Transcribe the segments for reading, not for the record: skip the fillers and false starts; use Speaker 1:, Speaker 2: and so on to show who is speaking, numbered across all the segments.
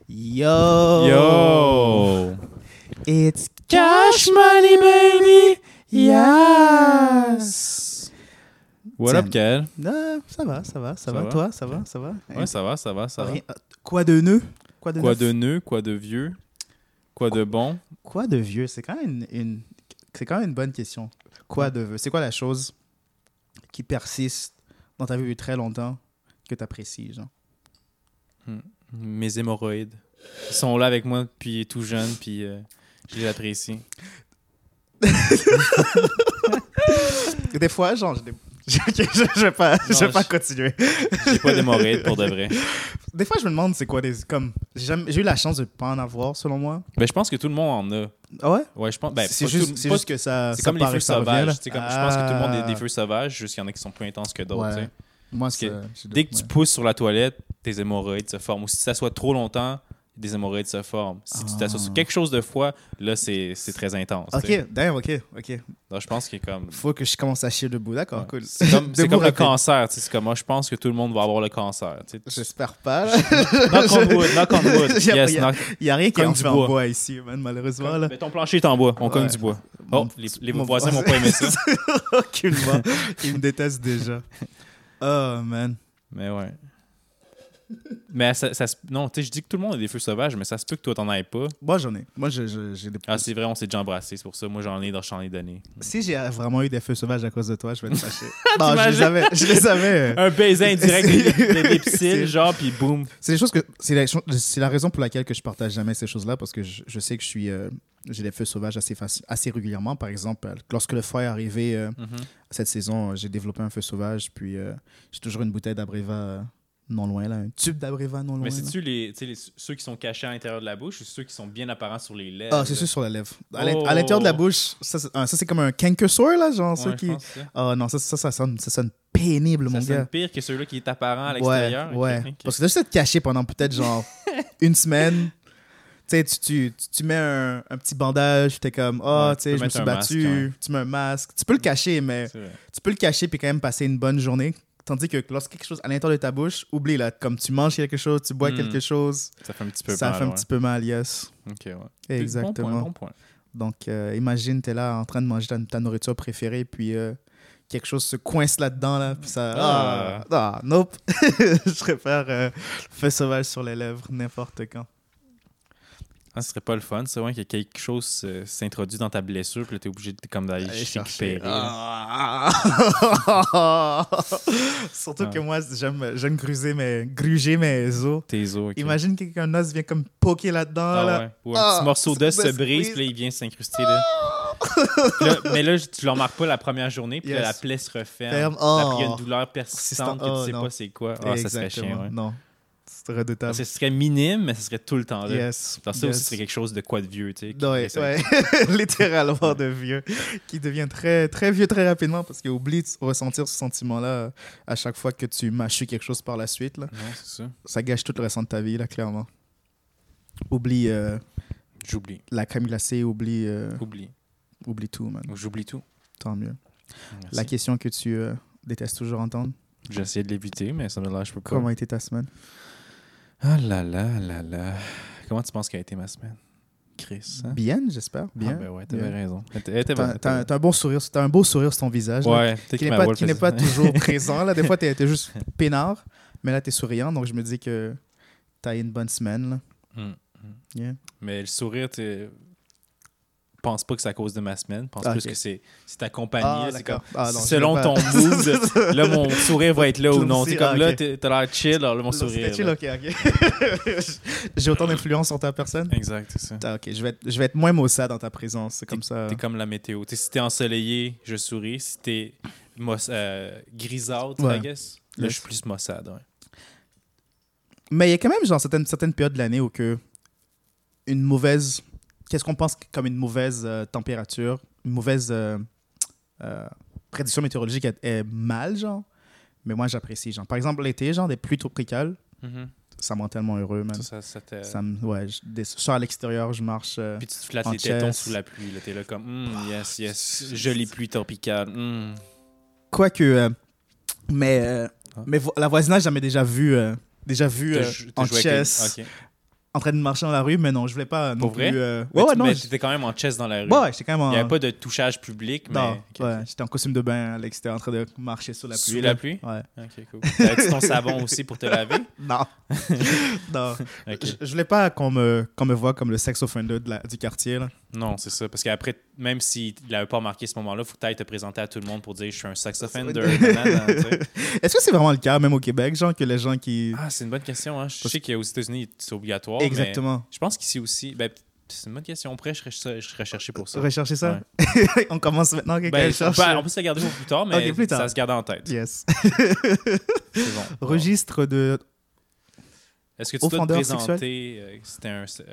Speaker 1: Yo!
Speaker 2: Yo!
Speaker 1: It's cash money, baby! Yes!
Speaker 2: What up, Kel?
Speaker 1: Ça va, ça va.
Speaker 2: va?
Speaker 1: Toi, ça va?
Speaker 2: Ouais, ça va.
Speaker 1: Rien- Quoi de nœud?
Speaker 2: Quoi
Speaker 1: neuf?
Speaker 2: de nœud, quoi de vieux, quoi de bon?
Speaker 1: Quoi de vieux? C'est quand même c'est quand même une bonne question. Quoi de vieux? C'est quoi la chose qui persiste dans ta vie depuis très longtemps que tu apprécies, genre?
Speaker 2: Mes hémorroïdes. Ils sont là avec moi depuis tout jeune, puis je les apprécie.
Speaker 1: Des fois, genre, je vais pas continuer.
Speaker 2: J'ai pas d'hémorroïdes pour de vrai.
Speaker 1: Des fois, je me demande c'est quoi j'ai eu la chance de pas en avoir, selon moi.
Speaker 2: Ben, je pense que tout le monde en a.
Speaker 1: Ah ouais?
Speaker 2: Ouais, je pense. Ben,
Speaker 1: C'est
Speaker 2: pas
Speaker 1: juste,
Speaker 2: tout-
Speaker 1: c'est
Speaker 2: pas-
Speaker 1: juste que ça.
Speaker 2: C'est
Speaker 1: ça
Speaker 2: comme les
Speaker 1: paraît,
Speaker 2: feux
Speaker 1: ça revient,
Speaker 2: sauvages.
Speaker 1: là.
Speaker 2: Je pense que tout le monde a des feux sauvages, juste qu'il y en a qui sont plus intenses que d'autres.
Speaker 1: Ouais.
Speaker 2: tu sais.
Speaker 1: Moi,
Speaker 2: Parce que
Speaker 1: c'est
Speaker 2: dès que tu pousses sur la toilette, tes hémorroïdes se forment. Ou si tu t'assois trop longtemps, des hémorroïdes se forment. Si tu t'assois sur quelque chose de fois, là, c'est très intense. tu sais.
Speaker 1: Ok, damn, ok.
Speaker 2: Donc, je pense qu'il est comme.
Speaker 1: Faut que je commence à chier debout, d'accord, cool.
Speaker 2: C'est comme
Speaker 1: Debout
Speaker 2: le
Speaker 1: rapide.
Speaker 2: cancer. tu sais, C'est comme moi, je pense que tout le monde va avoir le cancer. tu sais.
Speaker 1: J'espère pas, là.
Speaker 2: Knock on wood, knock on wood.
Speaker 1: Y a-
Speaker 2: Yes,
Speaker 1: y a-
Speaker 2: knock.
Speaker 1: Il y a rien qui est
Speaker 2: Cogne
Speaker 1: en
Speaker 2: du
Speaker 1: fait en
Speaker 2: bois.
Speaker 1: bois ici, man, malheureusement, là.
Speaker 2: Mais ton plancher est en bois. On cogne
Speaker 1: Ouais.
Speaker 2: du bois.
Speaker 1: Mon-
Speaker 2: Oh, les
Speaker 1: mon
Speaker 2: voisins
Speaker 1: voisin.
Speaker 2: m'ont pas aimé ça.
Speaker 1: Aucunement. Ils me détestent déjà. Oh, man.
Speaker 2: Mais ouais. Mais non, tu sais, je dis que tout le monde a des feux sauvages, mais ça se peut que toi, t'en aies pas.
Speaker 1: Moi, j'en ai. Moi, j'ai des...
Speaker 2: Ah, c'est vrai, on s'est déjà embrassé, c'est pour ça. Moi, j'en ai donné.
Speaker 1: Si j'ai vraiment eu des feux sauvages à cause de toi, je vais te fâcher. Non, je les avais.
Speaker 2: Un baiser indirect des
Speaker 1: C'est-
Speaker 2: psylles, genre, puis boum.
Speaker 1: C'est des choses que c'est la raison pour laquelle que je partage jamais ces choses-là, parce que je sais que j'ai des feux sauvages assez régulièrement. Par exemple, lorsque le froid est arrivé cette saison, j'ai développé un feu sauvage, puis j'ai toujours une bouteille d'Abreva non loin, là, un tube d'Abreva non loin.
Speaker 2: Mais
Speaker 1: là.
Speaker 2: c'est-tu ceux qui sont cachés à l'intérieur de la bouche ou ceux qui sont bien apparents sur les lèvres?
Speaker 1: Ah, c'est sûr sur la lèvre. À
Speaker 2: Oh.
Speaker 1: l'intérieur de la bouche, ça c'est comme un canker-sore, là, genre,
Speaker 2: Ouais,
Speaker 1: ça
Speaker 2: je
Speaker 1: qui...
Speaker 2: pense que c'est ça.
Speaker 1: Ah non, ça sonne pénible, mon
Speaker 2: Ça sonne
Speaker 1: gars.
Speaker 2: pire que celui-là qui est apparent à l'extérieur.
Speaker 1: Ouais.
Speaker 2: Ok, ok.
Speaker 1: Parce que là, juste être caché pendant peut-être genre une semaine. Tu sais, tu mets un petit bandage, t'es comme,
Speaker 2: Ouais,
Speaker 1: tu
Speaker 2: tu
Speaker 1: sais,
Speaker 2: peux
Speaker 1: je me
Speaker 2: mettre
Speaker 1: suis
Speaker 2: un
Speaker 1: battu,
Speaker 2: masque, ouais.
Speaker 1: tu mets un masque. Tu peux le cacher, mais
Speaker 2: C'est vrai.
Speaker 1: tu peux le cacher puis quand même passer une bonne journée. Tandis que lorsque quelque chose à l'intérieur de ta bouche, oublie, là, comme tu manges quelque chose, tu bois quelque chose,
Speaker 2: Ça fait un petit peu
Speaker 1: ça
Speaker 2: mal,
Speaker 1: fait un
Speaker 2: ouais.
Speaker 1: petit peu mal, yes.
Speaker 2: Ok, ouais.
Speaker 1: Exactement.
Speaker 2: Bon point.
Speaker 1: Donc, imagine, t'es là en train de manger ta nourriture préférée, puis quelque chose se coince là-dedans, là, puis ça... Nope. Je préfère feu sauvage sur les lèvres, n'importe quand.
Speaker 2: Ah, ce serait pas le fun, c'est vrai que quelque chose s'introduit dans ta blessure, puis là, t'es obligé d'aller récupérer.
Speaker 1: Surtout
Speaker 2: Ah.
Speaker 1: que moi, j'aime gruger mes os.
Speaker 2: Tes os. ok.
Speaker 1: Imagine qu'un os vient comme poker là-dedans.
Speaker 2: Ah
Speaker 1: là.
Speaker 2: ouais. Ou un petit morceau d'os se
Speaker 1: ça
Speaker 2: brise,
Speaker 1: se
Speaker 2: puis là, il vient s'incruster là. Mais là, tu le remarques pas la première journée, puis là,
Speaker 1: Yes.
Speaker 2: la plaie se referme.
Speaker 1: Ferme.
Speaker 2: Après, il y a
Speaker 1: Oh.
Speaker 2: une douleur persistante que tu sais
Speaker 1: non.
Speaker 2: pas c'est quoi. Ah, ça serait
Speaker 1: Exactement.
Speaker 2: chiant, ouais.
Speaker 1: Non, c'est redoutable.
Speaker 2: Ce serait minime, mais ce serait tout le temps là.
Speaker 1: Yes.
Speaker 2: Dans ça
Speaker 1: yes.
Speaker 2: aussi, ce serait quelque chose de quoi de vieux, tu sais. qui
Speaker 1: Ouais,
Speaker 2: pourrait
Speaker 1: ouais. Littéralement de vieux, qui devient très, très vieux très rapidement parce qu'il oublie de ressentir ce sentiment-là à chaque fois que tu mâches quelque chose par la suite. Là.
Speaker 2: Non, c'est ça.
Speaker 1: Ça gâche tout le restant de ta vie, là, clairement. Oublie
Speaker 2: J'oublie.
Speaker 1: la crème glacée, oublie tout, man.
Speaker 2: J'oublie tout.
Speaker 1: Tant mieux.
Speaker 2: Merci.
Speaker 1: La question que tu détestes toujours entendre,
Speaker 2: J'ai essayé de l'éviter, mais ça me lâche pas.
Speaker 1: comment a été ta semaine?
Speaker 2: Ah là là là là. Comment tu penses qu'a été ma semaine? Chris, hein?
Speaker 1: Bien, j'espère. Bien.
Speaker 2: Ah ben ouais, t'avais
Speaker 1: Bien.
Speaker 2: raison. Elle était bonne.
Speaker 1: T'as un bon sourire, t'as un beau sourire sur ton visage. là,
Speaker 2: Ouais, peut-être
Speaker 1: qui
Speaker 2: que
Speaker 1: n'est
Speaker 2: ma voix
Speaker 1: pas,
Speaker 2: le
Speaker 1: qui n'est
Speaker 2: faisait.
Speaker 1: pas toujours présent. Là. Des fois, t'es juste peinard, mais là, t'es souriant. Donc, je me dis que t'as eu une bonne semaine. Là.
Speaker 2: Mm.
Speaker 1: Yeah.
Speaker 2: Mais le sourire, tu pense pas que c'est à cause de ma semaine. Pense
Speaker 1: Ah,
Speaker 2: plus
Speaker 1: ok.
Speaker 2: que c'est accompagné.
Speaker 1: Ah,
Speaker 2: c'est
Speaker 1: d'accord.
Speaker 2: comme,
Speaker 1: Ah, non, je
Speaker 2: selon
Speaker 1: l'ai
Speaker 2: ton
Speaker 1: pas.
Speaker 2: mood, là, mon sourire va être là ou non.
Speaker 1: Aussi,
Speaker 2: C'est comme
Speaker 1: ah,
Speaker 2: là,
Speaker 1: ok.
Speaker 2: t'as l'air chill, alors là, mon
Speaker 1: Non,
Speaker 2: sourire.
Speaker 1: c'était chill,
Speaker 2: là.
Speaker 1: ok. J'ai autant d'influence sur ta personne.
Speaker 2: Exact, c'est ça.
Speaker 1: Ah, ok, je vais être moins maussade dans ta présence. C'est comme ça.
Speaker 2: T'es comme la météo. T'sais, si t'es ensoleillé, je souris. Si t'es grisâtre,
Speaker 1: Ouais.
Speaker 2: I guess, là,
Speaker 1: Yes.
Speaker 2: je suis plus maussade. Ouais.
Speaker 1: Mais il y a quand même genre certaines périodes de l'année où que une mauvaise... Qu'est-ce qu'on pense comme une mauvaise température, une mauvaise prédiction météorologique est mal, genre. Mais moi, j'apprécie, genre. Par exemple, l'été, genre, des pluies tropicales, ça me rend tellement heureux, man.
Speaker 2: Ça te...
Speaker 1: Ouais, je sors à l'extérieur, je marche
Speaker 2: Puis tu te flattes
Speaker 1: en
Speaker 2: les tétons
Speaker 1: chest.
Speaker 2: sous la pluie. Là, t'es là comme, yes, jolie pluie tropicale.
Speaker 1: Quoique, mais
Speaker 2: Ah.
Speaker 1: la voisinage, j'avais déjà vu
Speaker 2: T'as
Speaker 1: en
Speaker 2: joué avec
Speaker 1: chess.
Speaker 2: Ok.
Speaker 1: en train de marcher dans la rue, mais non, je voulais pas non
Speaker 2: Pour vrai?
Speaker 1: plus...
Speaker 2: Mais
Speaker 1: non.
Speaker 2: t'étais quand même en chest dans la rue.
Speaker 1: Ouais, j'étais quand même en...
Speaker 2: Il n'y avait pas de touchage public, mais...
Speaker 1: Non,
Speaker 2: Ok,
Speaker 1: ouais,
Speaker 2: ok.
Speaker 1: j'étais en costume de bain à l'extérieur, en train de marcher sous la pluie.
Speaker 2: Sous la pluie?
Speaker 1: Ouais.
Speaker 2: Ok, cool. T'avais-tu ton savon aussi pour te laver?
Speaker 1: Non. Non.
Speaker 2: Ok.
Speaker 1: Je voulais pas qu'on me voit comme le sex offender du quartier, là.
Speaker 2: Non, c'est ça. Parce qu'après, même s'il n'avait pas remarqué ce moment-là, il faut que tu ailles te présenter à tout le monde pour dire « Je suis un sex offender. » tu sais.
Speaker 1: Est-ce que c'est vraiment le cas, même au Québec, genre, que les gens qui...
Speaker 2: Ah, c'est une bonne question. Hein. Je sais qu'aux États-Unis, c'est obligatoire.
Speaker 1: Exactement.
Speaker 2: Mais je pense qu'ici aussi... Ben, c'est une bonne question. Après, je serais cherché pour ça.
Speaker 1: Rechercher ça?
Speaker 2: Ouais.
Speaker 1: On commence maintenant, quelqu'un
Speaker 2: Ben,
Speaker 1: cherche.
Speaker 2: on peut se la garder pour plus tard, mais
Speaker 1: Ok, plus tard.
Speaker 2: ça se garde en tête.
Speaker 1: Yes.
Speaker 2: C'est bon.
Speaker 1: Registre de...
Speaker 2: Est-ce que tu dois te
Speaker 1: Offendeur
Speaker 2: présenter... c'était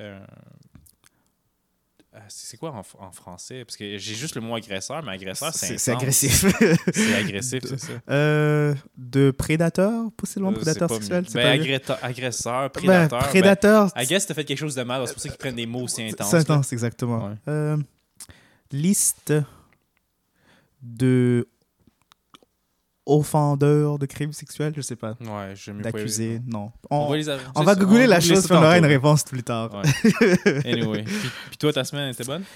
Speaker 2: c'est quoi en français? Parce que j'ai juste le mot agresseur, mais agresseur, c'est
Speaker 1: C'est
Speaker 2: intense.
Speaker 1: agressif.
Speaker 2: C'est agressif, c'est ça.
Speaker 1: De prédateur, possiblement prédateur sexuel. C'est pas mieux.
Speaker 2: Agresseur,
Speaker 1: Ben,
Speaker 2: prédateur.
Speaker 1: prédateur.
Speaker 2: I guess t'as fait quelque chose de mal, c'est pour ça qu'ils prennent des mots aussi intenses.
Speaker 1: C'est
Speaker 2: là.
Speaker 1: intense, exactement.
Speaker 2: Ouais.
Speaker 1: Liste de offendeurs de crimes sexuels, je sais pas.
Speaker 2: Ouais, j'aime mieux
Speaker 1: D'accusés,
Speaker 2: pas.
Speaker 1: non.
Speaker 2: On va les
Speaker 1: On va googler la chose, puis on aura une réponse plus tard.
Speaker 2: Ouais. Anyway. Puis toi, ta semaine était bonne?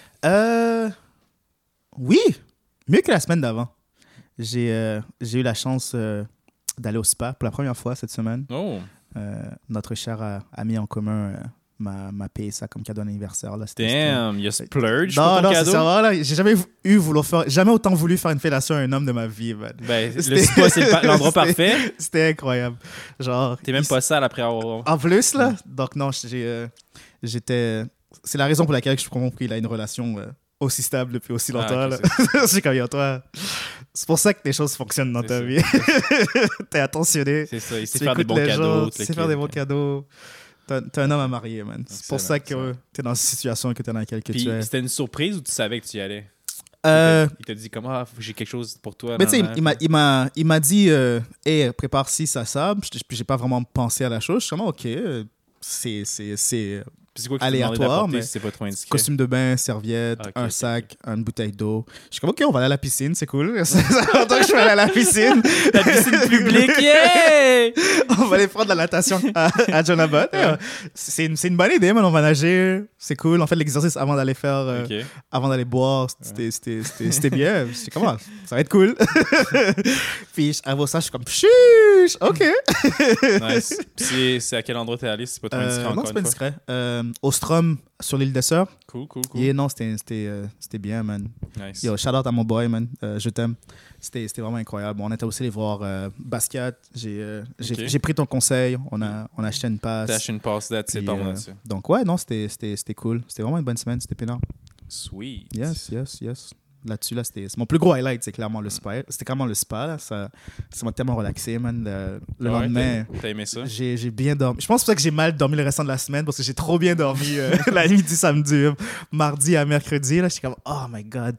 Speaker 1: Oui, mieux que la semaine d'avant. J'ai eu la chance d'aller au spa pour la première fois cette semaine.
Speaker 2: Oh!
Speaker 1: Notre cher ami en commun m'a payé ça comme cadeau d'anniversaire. Là.
Speaker 2: Damn, il y a splurge
Speaker 1: Non,
Speaker 2: pour ton
Speaker 1: non, c'est
Speaker 2: cadeau?
Speaker 1: ça. Voilà. J'ai jamais autant voulu faire une fellation à un homme de ma vie, man.
Speaker 2: Ben, le spa, c'est l'endroit parfait.
Speaker 1: C'était incroyable. Genre,
Speaker 2: T'es même pas sale après avoir...
Speaker 1: En plus, là, donc non, j'étais... C'est la raison pour laquelle je comprends qu'il a une relation aussi stable depuis aussi longtemps.
Speaker 2: ok,
Speaker 1: là. C'est comme, yo, toi, c'est pour ça que les choses fonctionnent dans
Speaker 2: C'est
Speaker 1: ta
Speaker 2: ça.
Speaker 1: vie. T'es attentionné.
Speaker 2: C'est ça, il sait
Speaker 1: Tu
Speaker 2: faire des
Speaker 1: écoutes
Speaker 2: bons
Speaker 1: les
Speaker 2: cadeaux.
Speaker 1: gens, tu sais faire des bons cadeaux. T'es un homme à marier, man. C'est pour ça que t'es dans cette situation que t'es dans laquelle que
Speaker 2: Puis
Speaker 1: tu es.
Speaker 2: c'était une surprise ou tu savais que tu y allais? Il t'a dit comme, ah, j'ai quelque chose pour toi.
Speaker 1: Mais tu sais,
Speaker 2: nan, nan.
Speaker 1: il m'a dit, hey, prépare ci, ça. Puis j'ai pas vraiment pensé à la chose. Je suis comme, ok, c'est
Speaker 2: Puis c'est quoi que tu t'es demandé
Speaker 1: aléatoire,
Speaker 2: d'apporter
Speaker 1: mais
Speaker 2: si c'est pas trop indiscret?
Speaker 1: costume de bain, serviette,
Speaker 2: Ok,
Speaker 1: un
Speaker 2: ok,
Speaker 1: sac, une bouteille d'eau. Je suis comme, ok, on va aller à la piscine, c'est cool. Ça fait longtemps que je vais aller à la piscine.
Speaker 2: La piscine publique, yeah!
Speaker 1: On va aller prendre la natation à John Abbott. C'est une bonne idée, man. On va nager. C'est cool. On fait de l'exercice avant d'aller faire,
Speaker 2: Ok.
Speaker 1: avant d'aller boire. C'était bien. Je sais comment, ça va être cool. Puis avant ça, je suis comme, chiche, ok.
Speaker 2: Nice. Puis c'est à quel endroit t'es allé si c'est pas trop indiscret
Speaker 1: Non,
Speaker 2: encore
Speaker 1: c'est pas
Speaker 2: une fois?
Speaker 1: discret. Ostrom, sur l'île des Sœurs.
Speaker 2: Cool.
Speaker 1: Yeah, non, c'était bien, man.
Speaker 2: Nice.
Speaker 1: Yo, shout out à mon boy, man. Je t'aime. C'était vraiment incroyable. On était aussi allé voir Basquiat. J'ai pris ton conseil. On a acheté une passe.
Speaker 2: T'as acheté une passe date, c'est
Speaker 1: Puis,
Speaker 2: pas mon dessus.
Speaker 1: donc, ouais, non, c'était cool. C'était vraiment une bonne semaine. C'était peinard.
Speaker 2: Sweet.
Speaker 1: Yes. Là-dessus, là, c'est mon plus gros highlight, c'est clairement le spa. C'était clairement le spa, là. Ça m'a tellement relaxé, man. Le
Speaker 2: Ouais,
Speaker 1: lendemain,
Speaker 2: T'as aimé ça?
Speaker 1: j'ai bien dormi. Je pense pour ça que j'ai mal dormi le restant de la semaine, parce que j'ai trop bien dormi la nuit du samedi, mardi à mercredi. Là, j'étais comme, oh my God.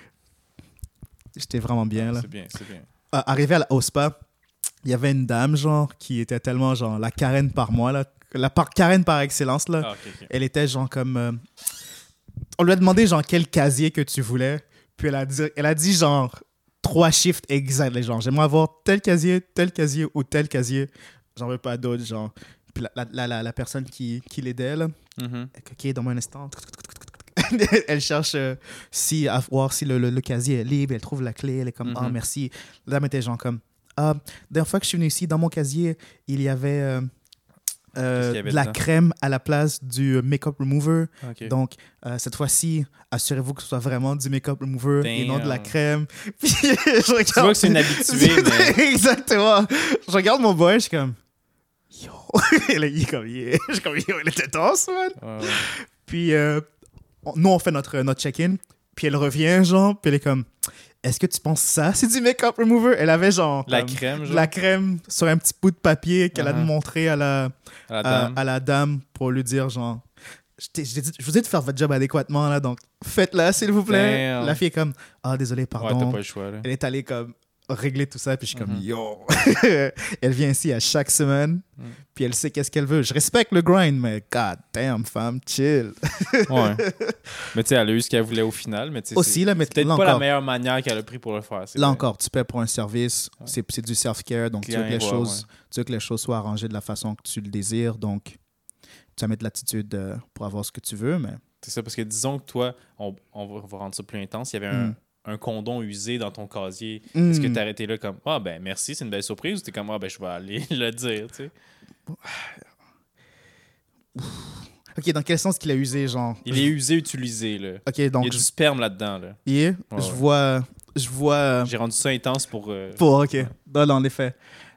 Speaker 1: J'étais vraiment bien, là.
Speaker 2: C'est bien.
Speaker 1: Arrivé au spa, il y avait une dame, genre, qui était tellement, genre, la Karen par moi, là. Karen par excellence, là.
Speaker 2: Ah, ok.
Speaker 1: Elle était, genre, comme... on lui a demandé, genre, quel casier que tu voulais. Puis elle a dit, genre, 3 chiffres exacts. Genre, j'aimerais avoir tel casier ou tel casier. J'en veux pas d'autres, genre. Puis la personne qui l'aidait, là,
Speaker 2: Mhm.
Speaker 1: OK, donne-moi un instant. Elle cherche à voir si le casier est libre. Elle trouve la clé. Elle est comme, ah, merci. La dame était genre comme, la dernière fois que je suis venu ici, dans mon casier, il y avait...
Speaker 2: Qu'est-ce qu'il y avait
Speaker 1: de la
Speaker 2: dedans?
Speaker 1: crème à la place du make-up remover.
Speaker 2: Ok.
Speaker 1: Donc, cette fois-ci, assurez-vous que ce soit vraiment du make-up remover et non de la
Speaker 2: Damn.
Speaker 1: Crème. Puis, je regarde...
Speaker 2: Tu vois que c'est une habituée, mais...
Speaker 1: Exactement. Je regarde mon boy, je suis comme... Yo! Il est comme, yeah. Je suis comme, yo, il était tense, man.
Speaker 2: Ouais.
Speaker 1: Puis, nous, on fait notre check-in. Puis, elle revient, genre, puis elle est comme... Est-ce que tu penses ça, c'est du make-up remover? Elle avait, genre...
Speaker 2: La
Speaker 1: comme,
Speaker 2: crème, genre?
Speaker 1: la crème sur un petit bout de papier qu'elle a montré à
Speaker 2: La dame.
Speaker 1: à la dame pour lui dire, genre... Je vous ai dit de faire votre job adéquatement, là, donc faites-la, s'il vous plaît.
Speaker 2: Damn.
Speaker 1: La fille est comme... Ah, désolé,
Speaker 2: Ouais, t'as
Speaker 1: pardon.
Speaker 2: pas le choix, là.
Speaker 1: Elle est allée, comme, régler tout ça, puis je suis comme, yo! Elle vient ici à chaque semaine, puis elle sait qu'est-ce qu'elle veut. Je respecte le grind, mais god damn, femme, chill.
Speaker 2: Ouais. Mais tu sais, elle a eu ce qu'elle voulait au final, mais tu sais,
Speaker 1: Aussi, là, mais
Speaker 2: c'est peut-être
Speaker 1: là
Speaker 2: pas la
Speaker 1: encore.
Speaker 2: meilleure manière qu'elle a pris pour le faire. c'est
Speaker 1: Là
Speaker 2: vrai.
Speaker 1: encore, tu paies pour un service, c'est du self-care, donc tu veux,
Speaker 2: Client
Speaker 1: que
Speaker 2: et
Speaker 1: les
Speaker 2: roi,
Speaker 1: choses, tu veux que les choses soient arrangées de la façon que tu le désires, donc vas mettre de l'attitude pour avoir ce que tu veux, mais...
Speaker 2: C'est ça, parce que disons que toi, on va rendre ça plus intense, il y avait un condom usé dans ton casier. Est-ce que tu arrêté là comme « Ah, ben merci, c'est une belle surprise » ou t'es comme « Ah, ben je vais aller le dire, tu sais. »
Speaker 1: Ok, dans quel sens qu'il a usé, genre?
Speaker 2: Il est usé, utilisé, là.
Speaker 1: Ok, donc...
Speaker 2: Il y a du sperme là-dedans, là.
Speaker 1: Yeah,
Speaker 2: Ouais,
Speaker 1: je
Speaker 2: ouais.
Speaker 1: vois...
Speaker 2: J'ai rendu ça intense pour...
Speaker 1: ok. Non, en effet.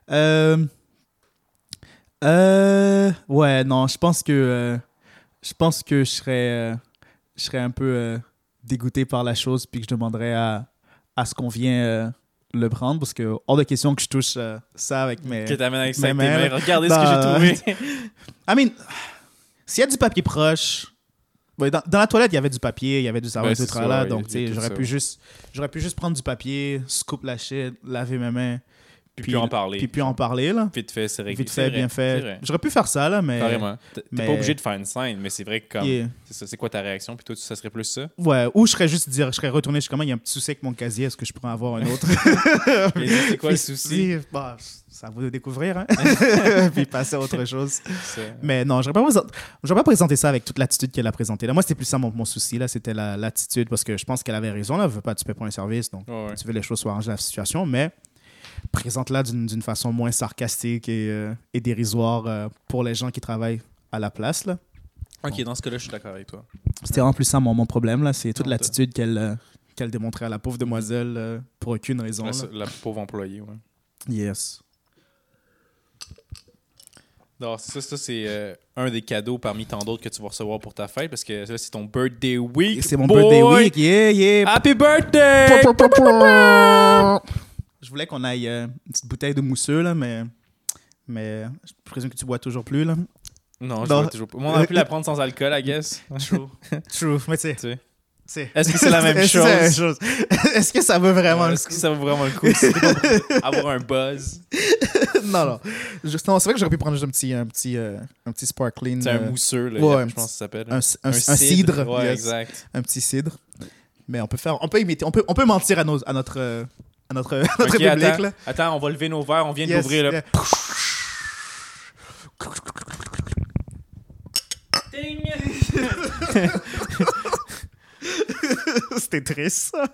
Speaker 1: Ouais, non, je pense que je serais un peu dégoûté par la chose puis que je demanderais à ce qu'on vient le prendre parce que hors de question que je touche ça avec mes...
Speaker 2: Que t'amènes avec ça
Speaker 1: mes
Speaker 2: avec tes
Speaker 1: mains.
Speaker 2: mains. Regardez ce que j'ai trouvé.
Speaker 1: I mean, s'il y a du papier proche... Ouais, dans la toilette, il y avait du papier, il y avait du savon
Speaker 2: Ouais,
Speaker 1: et tout
Speaker 2: c'est ça,
Speaker 1: là,
Speaker 2: ouais,
Speaker 1: donc
Speaker 2: il y a tout
Speaker 1: j'aurais
Speaker 2: ça.
Speaker 1: pu juste prendre du papier, scoop la shit, laver mes mains,
Speaker 2: Puis en parler.
Speaker 1: puis en parler là.
Speaker 2: Vite fait, c'est réglé.
Speaker 1: Vite fait, bien
Speaker 2: C'est
Speaker 1: fait.
Speaker 2: vrai.
Speaker 1: J'aurais pu faire ça là, mais
Speaker 2: Carrément. T'es
Speaker 1: mais-
Speaker 2: pas obligé de faire une scène, mais c'est vrai que comme...
Speaker 1: Yeah.
Speaker 2: C'est ça, c'est quoi ta réaction? Puis toi, ça serait plus ça?
Speaker 1: Ouais, ou je serais retourné, je suis comme, il y a un petit souci avec mon casier, est-ce que je pourrais avoir un autre?
Speaker 2: Et c'est quoi le souci?
Speaker 1: Bah, c'est à vous de découvrir, hein? Puis passer à autre chose.
Speaker 2: Ça.
Speaker 1: Mais non, j'aurais pas présenté ça avec toute l'attitude qu'elle a présentée. Là, moi, c'était plus ça mon souci, là, c'était l'attitude, parce que je pense qu'elle avait raison, là, elle veut pas, tu paies pour un service, donc
Speaker 2: Ouais.
Speaker 1: tu veux les choses soient arrangées à la situation, mais présente-la d'une façon moins sarcastique et dérisoire pour les gens qui travaillent à la place, là.
Speaker 2: Ok, dans ce cas-là, je suis d'accord avec toi.
Speaker 1: C'était vraiment plus ça mon problème, là, c'est toute
Speaker 2: Non,
Speaker 1: l'attitude qu'elle démontrait à la pauvre demoiselle pour aucune raison. Là.
Speaker 2: La pauvre employée, ouais.
Speaker 1: Yes.
Speaker 2: Non, ça c'est un des cadeaux parmi tant d'autres que tu vas recevoir pour ta fête parce que là, c'est ton birthday week.
Speaker 1: Et c'est mon
Speaker 2: boy!
Speaker 1: birthday week, yeah!
Speaker 2: Happy birthday!
Speaker 1: Je voulais qu'on aille une petite bouteille de mousseux, là, mais je présume que tu bois toujours plus, là.
Speaker 2: Non, je
Speaker 1: Non.
Speaker 2: vois toujours pas. Moi, on aurait pu la prendre sans alcool, I guess.
Speaker 1: True, mais tu
Speaker 2: Tu sais.
Speaker 1: sais.
Speaker 2: Est-ce que c'est la même
Speaker 1: Est-ce que c'est la même
Speaker 2: chose?
Speaker 1: Est-ce que ça veut vraiment le
Speaker 2: Est-ce
Speaker 1: coup?
Speaker 2: que ça vaut vraiment le coup? C'était pas pour avoir un buzz.
Speaker 1: Non. Justement, c'est vrai que j'aurais pu prendre juste un petit sparkling.
Speaker 2: C'est un mousseux, là,
Speaker 1: ouais,
Speaker 2: je pense que ça s'appelle.
Speaker 1: un cidre.
Speaker 2: Ouais,
Speaker 1: Yes.
Speaker 2: exact.
Speaker 1: Un petit cidre. Mais on peut imiter, on peut mentir à notre
Speaker 2: Ok,
Speaker 1: public,
Speaker 2: attends,
Speaker 1: là.
Speaker 2: attends, on va lever nos verres, on vient
Speaker 1: Yes,
Speaker 2: d'ouvrir, là.
Speaker 1: yeah.
Speaker 2: Ding!
Speaker 1: C'était triste, ça.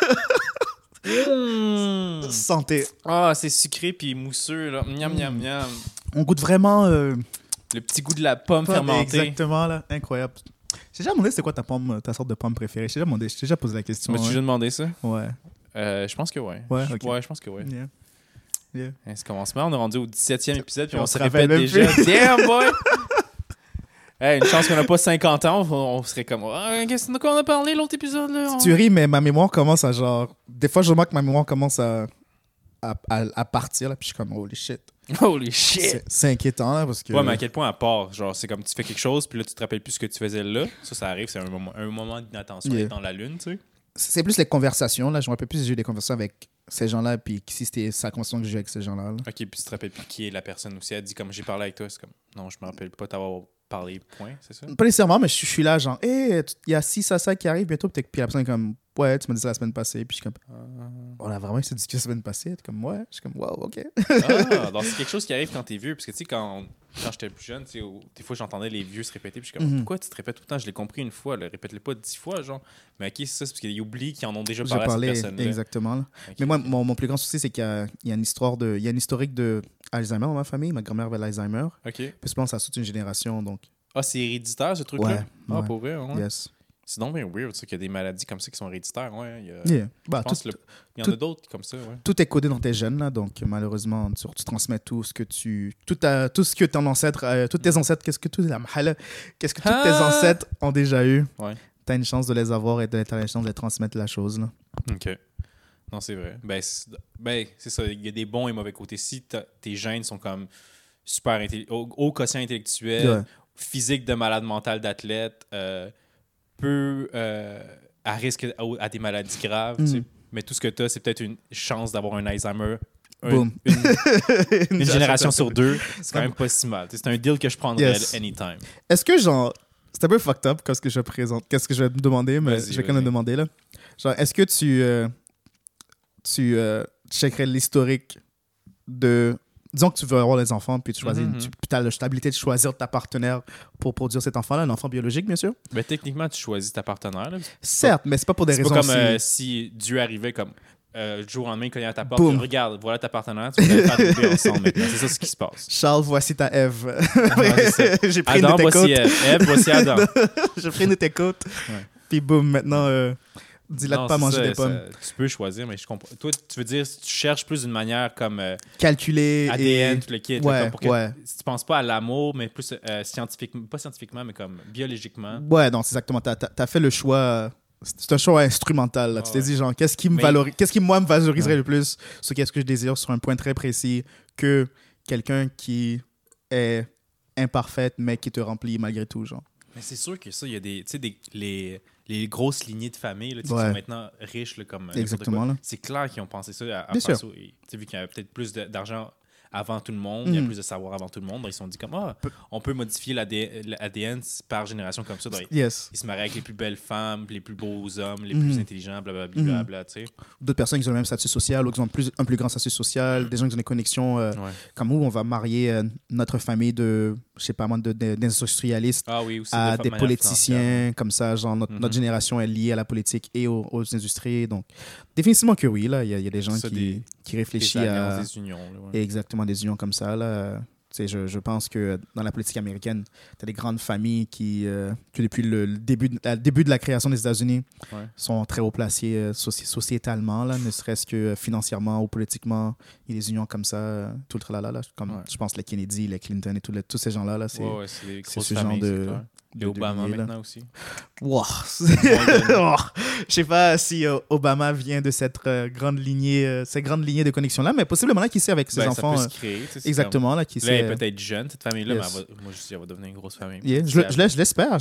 Speaker 1: Santé.
Speaker 2: Ah, c'est sucré puis mousseux, là. Miam, miam, miam.
Speaker 1: On goûte vraiment...
Speaker 2: Le petit goût de la pomme fermentée.
Speaker 1: Exactement, là. Incroyable. J'ai déjà demandé c'est quoi ta sorte de pomme préférée. J'ai déjà posé la question.
Speaker 2: M'as-tu
Speaker 1: Ouais.
Speaker 2: déjà demandé ça?
Speaker 1: Ouais.
Speaker 2: Je pense que ouais.
Speaker 1: Ouais,
Speaker 2: Je-
Speaker 1: ok.
Speaker 2: Ouais, je pense que ouais.
Speaker 1: Yeah.
Speaker 2: Hein, ça commence mal. On est rendu au 17e épisode puis
Speaker 1: on
Speaker 2: on
Speaker 1: se
Speaker 2: se
Speaker 1: rappelle
Speaker 2: répète
Speaker 1: même
Speaker 2: déjà. Damn, boy! Hey, une chance qu'on n'a pas 50 ans. On serait comme... Ah, qu'est-ce de quoi on a parlé l'autre épisode, là?
Speaker 1: Tu ris, mais ma mémoire commence à genre... Des fois, je remarque que ma mémoire commence à partir, là, puis je suis comme, holy shit.
Speaker 2: Holy shit!
Speaker 1: C'est inquiétant, là, parce que...
Speaker 2: Ouais, mais à quel point à part? Genre, c'est comme tu fais quelque chose puis là, tu te rappelles plus ce que tu faisais là. Ça arrive. C'est un moment d'inattention
Speaker 1: Yeah.
Speaker 2: d'être dans la lune, tu sais.
Speaker 1: C'est plus les conversations, là. Je me rappelle plus si j'ai eu des conversations avec ces gens-là, puis si c'était sa conversation que j'ai eu avec ces gens-là. Là.
Speaker 2: OK, puis tu te rappelles plus qui est la personne aussi. Elle dit comme j'ai parlé avec toi. C'est comme non, je me rappelle pas t'avoir parlé, point, c'est ça?
Speaker 1: Pas nécessairement, mais je suis là, genre, hey, il y a ci, ça qui arrive bientôt. Puis la personne est comme, ouais, tu m'as dit ça la semaine passée. Puis je suis comme, on a vraiment eu cette discussion la semaine passée. Elle est comme, ouais. Je suis comme, wow, ok.
Speaker 2: Ah, donc c'est quelque chose qui arrive quand t'es vieux. Parce que tu sais, quand j'étais plus jeune, tu sais, des fois j'entendais les vieux se répéter. Puis je suis comme, pourquoi tu te répètes tout le temps? Je l'ai compris une fois, là. Répète-le pas 10 fois, genre. Mais ok, c'est ça, c'est parce qu'ils oublient qu'ils en ont déjà
Speaker 1: J'ai
Speaker 2: parlé à
Speaker 1: parlé,
Speaker 2: cette personne-là.
Speaker 1: exactement. Là.
Speaker 2: Ok,
Speaker 1: Mais moi,
Speaker 2: ok.
Speaker 1: mon plus grand souci, c'est qu'il y a une histoire il y a une historique de Alzheimer dans ma famille. Ma grand-mère avait l'Alzheimer.
Speaker 2: OK.
Speaker 1: Puis je pense que ça saute une génération, donc.
Speaker 2: Ah, c'est héréditaire, ce truc-là?
Speaker 1: Ouais,
Speaker 2: Ah,
Speaker 1: ouais.
Speaker 2: pour vrai, ouais.
Speaker 1: Yes.
Speaker 2: C'est donc bien weird, ça, qu'il y a des maladies comme ça qui sont héréditaires, ouais.
Speaker 1: Yeah. Bah,
Speaker 2: Je pense
Speaker 1: tout,
Speaker 2: que il y en
Speaker 1: tout-
Speaker 2: a d'autres comme ça, ouais.
Speaker 1: tout est codé dans tes gènes, là, donc malheureusement, tu transmets tout ce que tout ce que ton ancêtre, tous tes ancêtres, qu'est-ce que tous tes
Speaker 2: Ah!
Speaker 1: ancêtres ont déjà eu.
Speaker 2: Ouais.
Speaker 1: T'as une chance de les avoir et t'as une chance de transmettre la chose. Là.
Speaker 2: OK. Non, c'est vrai. C'est ça. Il y a des bons et mauvais côtés. Si tes gènes sont comme super haut quotient intellectuel,
Speaker 1: Ouais.
Speaker 2: physique de malade mental d'athlète, peu à risque à des maladies graves, tu sais. Mais tout ce que tu as, c'est peut-être une chance d'avoir un Alzheimer.
Speaker 1: Boom.
Speaker 2: Une génération sur deux. C'est quand même pas si mal. Tu sais, c'est un deal que je prendrais
Speaker 1: Yes.
Speaker 2: anytime.
Speaker 1: Est-ce que, genre, c'est un peu fucked up qu'est-ce que je vais te demander, mais
Speaker 2: Vas-y,
Speaker 1: je vais quand même
Speaker 2: vas-y.
Speaker 1: demander, là. Genre, est-ce que tu checkerais l'historique de disons que tu veux avoir des enfants, puis tu choisis, tu as la stabilité de choisir ta partenaire pour produire cet enfant-là, un enfant biologique, bien sûr.
Speaker 2: Mais techniquement, tu choisis ta partenaire. Là.
Speaker 1: Certes, mais c'est pas pour des
Speaker 2: c'est
Speaker 1: raisons
Speaker 2: pas comme si Dieu arrivait comme du jour au lendemain, il cognait à ta porte,
Speaker 1: Boum.
Speaker 2: Regarde, voilà ta partenaire, tu vas faire des bébés ensemble maintenant. C'est ça ce qui se passe.
Speaker 1: Charles, voici ta Ève.
Speaker 2: Ouais, c'est ça.
Speaker 1: J'ai pris
Speaker 2: Adam,
Speaker 1: une de tes
Speaker 2: voici
Speaker 1: côtes.
Speaker 2: Ève, voici Adam.
Speaker 1: J'ai pris une de tes côtes.
Speaker 2: Ouais.
Speaker 1: Puis boum, maintenant, dis-la de
Speaker 2: Non,
Speaker 1: pas
Speaker 2: c'est
Speaker 1: manger
Speaker 2: ça,
Speaker 1: des pommes.
Speaker 2: tu peux choisir, mais je comprends. Toi, tu veux dire, si tu cherches plus d'une manière comme
Speaker 1: Calculer
Speaker 2: ADN,
Speaker 1: et...
Speaker 2: tout le kit, là,
Speaker 1: Ouais,
Speaker 2: comme pour que,
Speaker 1: ouais.
Speaker 2: si tu penses pas à l'amour, mais plus scientifiquement, pas scientifiquement, mais comme biologiquement.
Speaker 1: Ouais, non, c'est exactement. T'as fait le choix... C'est un choix instrumental. Là. Tu t'es dit, genre, qu'est-ce qui, moi, me valoriserait le plus sur qu'est-ce que je désire sur un point très précis que quelqu'un qui est imparfaite, mais qui te remplit malgré tout, genre.
Speaker 2: Mais c'est sûr que ça, il y a des, tu sais, les grosses lignées de famille là, qui sont maintenant riches là, comme
Speaker 1: exactement. Là.
Speaker 2: C'est clair qu'ils ont pensé ça à
Speaker 1: Bien
Speaker 2: faire
Speaker 1: sûr.
Speaker 2: ça. Et, vu qu'il y avait peut-être plus d'argent avant tout le monde, il y a plus de savoir avant tout le monde, ils se sont dit comme on peut modifier l'ADN par génération comme ça. Donc,
Speaker 1: yes.
Speaker 2: Ils se marient avec les plus belles femmes, les plus beaux hommes, les plus intelligents, blablabla, tu sais.
Speaker 1: D'autres personnes qui ont le même statut social ou qui ont un plus grand statut social, des gens qui ont des connexions comme où on va marier notre famille de, je sais pas moi, d'industrialistes à des politiciens comme ça, genre notre génération est liée à la politique et aux industries, donc définitivement que oui, là, il y a des gens qui réfléchissent à
Speaker 2: des unions, là,
Speaker 1: exactement des unions comme ça, là. Je pense que dans la politique américaine, tu as des grandes familles qui depuis le début de la création des États-Unis, sont très haut placées sociétalement, là, ne serait-ce que financièrement ou politiquement. Il y a des unions comme ça, tout le tralala. Là, comme je pense les Kennedy, les Clinton et tous ces gens-là. Là, c'est
Speaker 2: des grosses
Speaker 1: ce
Speaker 2: familles,
Speaker 1: genre
Speaker 2: de Obama maintenant aussi.
Speaker 1: Wow. Je sais pas si Obama vient de cette grande lignée de connexion-là, mais possiblement là, qui sait avec ses enfants.
Speaker 2: Ça peut se créer,
Speaker 1: exactement. Là, qui
Speaker 2: là,
Speaker 1: sait,
Speaker 2: elle est peut-être jeune, cette famille-là, mais moi, je dis, elle va devenir une grosse famille.
Speaker 1: Yeah. Je l'espère.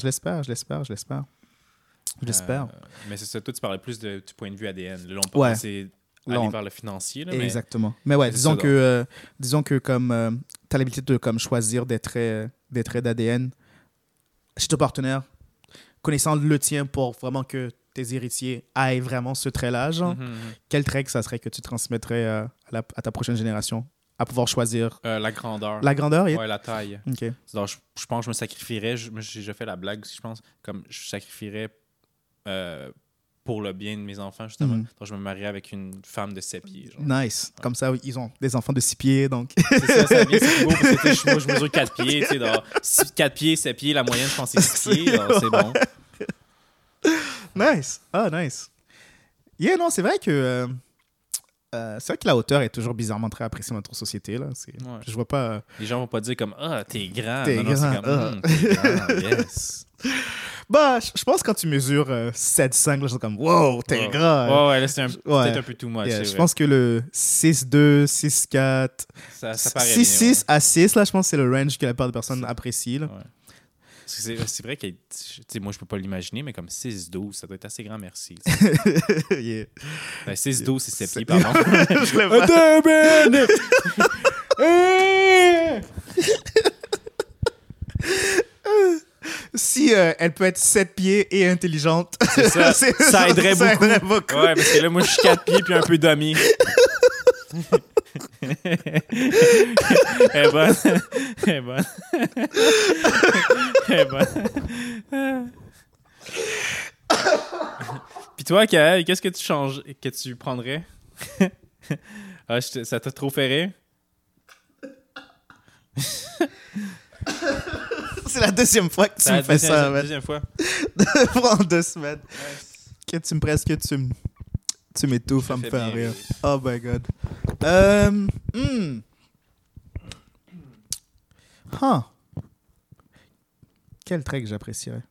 Speaker 2: Mais c'est ça, toi, tu parlais plus du point de vue ADN. Là, on peut passer aller vers le financier. Là,
Speaker 1: exactement. Mais ouais, disons que comme tu as l'habilité de comme, choisir des traits d'ADN chez ton partenaire, connaissant le tien pour vraiment que tes héritiers aient vraiment ce trait-là, genre, quel trait que ça serait que tu transmettrais à ta prochaine génération à pouvoir choisir
Speaker 2: la grandeur.
Speaker 1: La grandeur,
Speaker 2: ouais, la taille.
Speaker 1: OK.
Speaker 2: Donc, je pense que je me sacrifierais, j'ai déjà fait la blague aussi, je pense, comme je sacrifierais pour le bien de mes enfants, justement. Donc, je me marierais avec une femme de 7 pieds. Genre.
Speaker 1: Nice. Comme ça, ils ont des enfants de 6 pieds, donc...
Speaker 2: c'est ça vient, c'est beau, parce que moi, je mesure 4 pieds, tu sais, 4 pieds, 7 pieds, la moyenne, je pense, c'est 6 pieds, donc c'est bon.
Speaker 1: Nice. Ah, nice. Yeah, non, c'est vrai que la hauteur est toujours bizarrement très appréciée dans notre société, là. Je vois pas...
Speaker 2: Les gens vont pas dire comme « Ah, t'es grand! »
Speaker 1: T'es grand.
Speaker 2: C'est comme « T'es grand, yes! »
Speaker 1: Bah, je pense que quand tu mesures 7'5", là, c'est comme « Wow, t'es grand! »
Speaker 2: Ouais, là, c'est peut-être un peu too much.
Speaker 1: Yeah, je pense que le 6'2", 6'4",
Speaker 2: ça paraît
Speaker 1: 6'6" à 6", là, je pense que c'est le range que la plupart des personnes apprécient, là.
Speaker 2: Ouais. C'est vrai que moi, je peux pas l'imaginer, mais comme 6'12", ça doit être assez grand, merci.
Speaker 1: Yeah.
Speaker 2: 6'12", c'est 7 pieds, pardon.
Speaker 1: Je l'ai Si elle peut être 7 pieds et intelligente,
Speaker 2: c'est ça. Ça aiderait beaucoup. Ouais, parce que là, moi, je suis 4 pieds puis un peu dummy. Elle est bonne. Elle est bonne. Elle est bonne. Puis toi, Kael, qu'est-ce que tu changes, que tu prendrais? Ça t'a trop fait rire?
Speaker 1: C'est la deuxième fois que tu me fais ça.
Speaker 2: C'est la deuxième fois.
Speaker 1: En 2 semaines. Que tu me tu m'étouffes à me faire rire. Oh my God. Quel trait que j'apprécierais?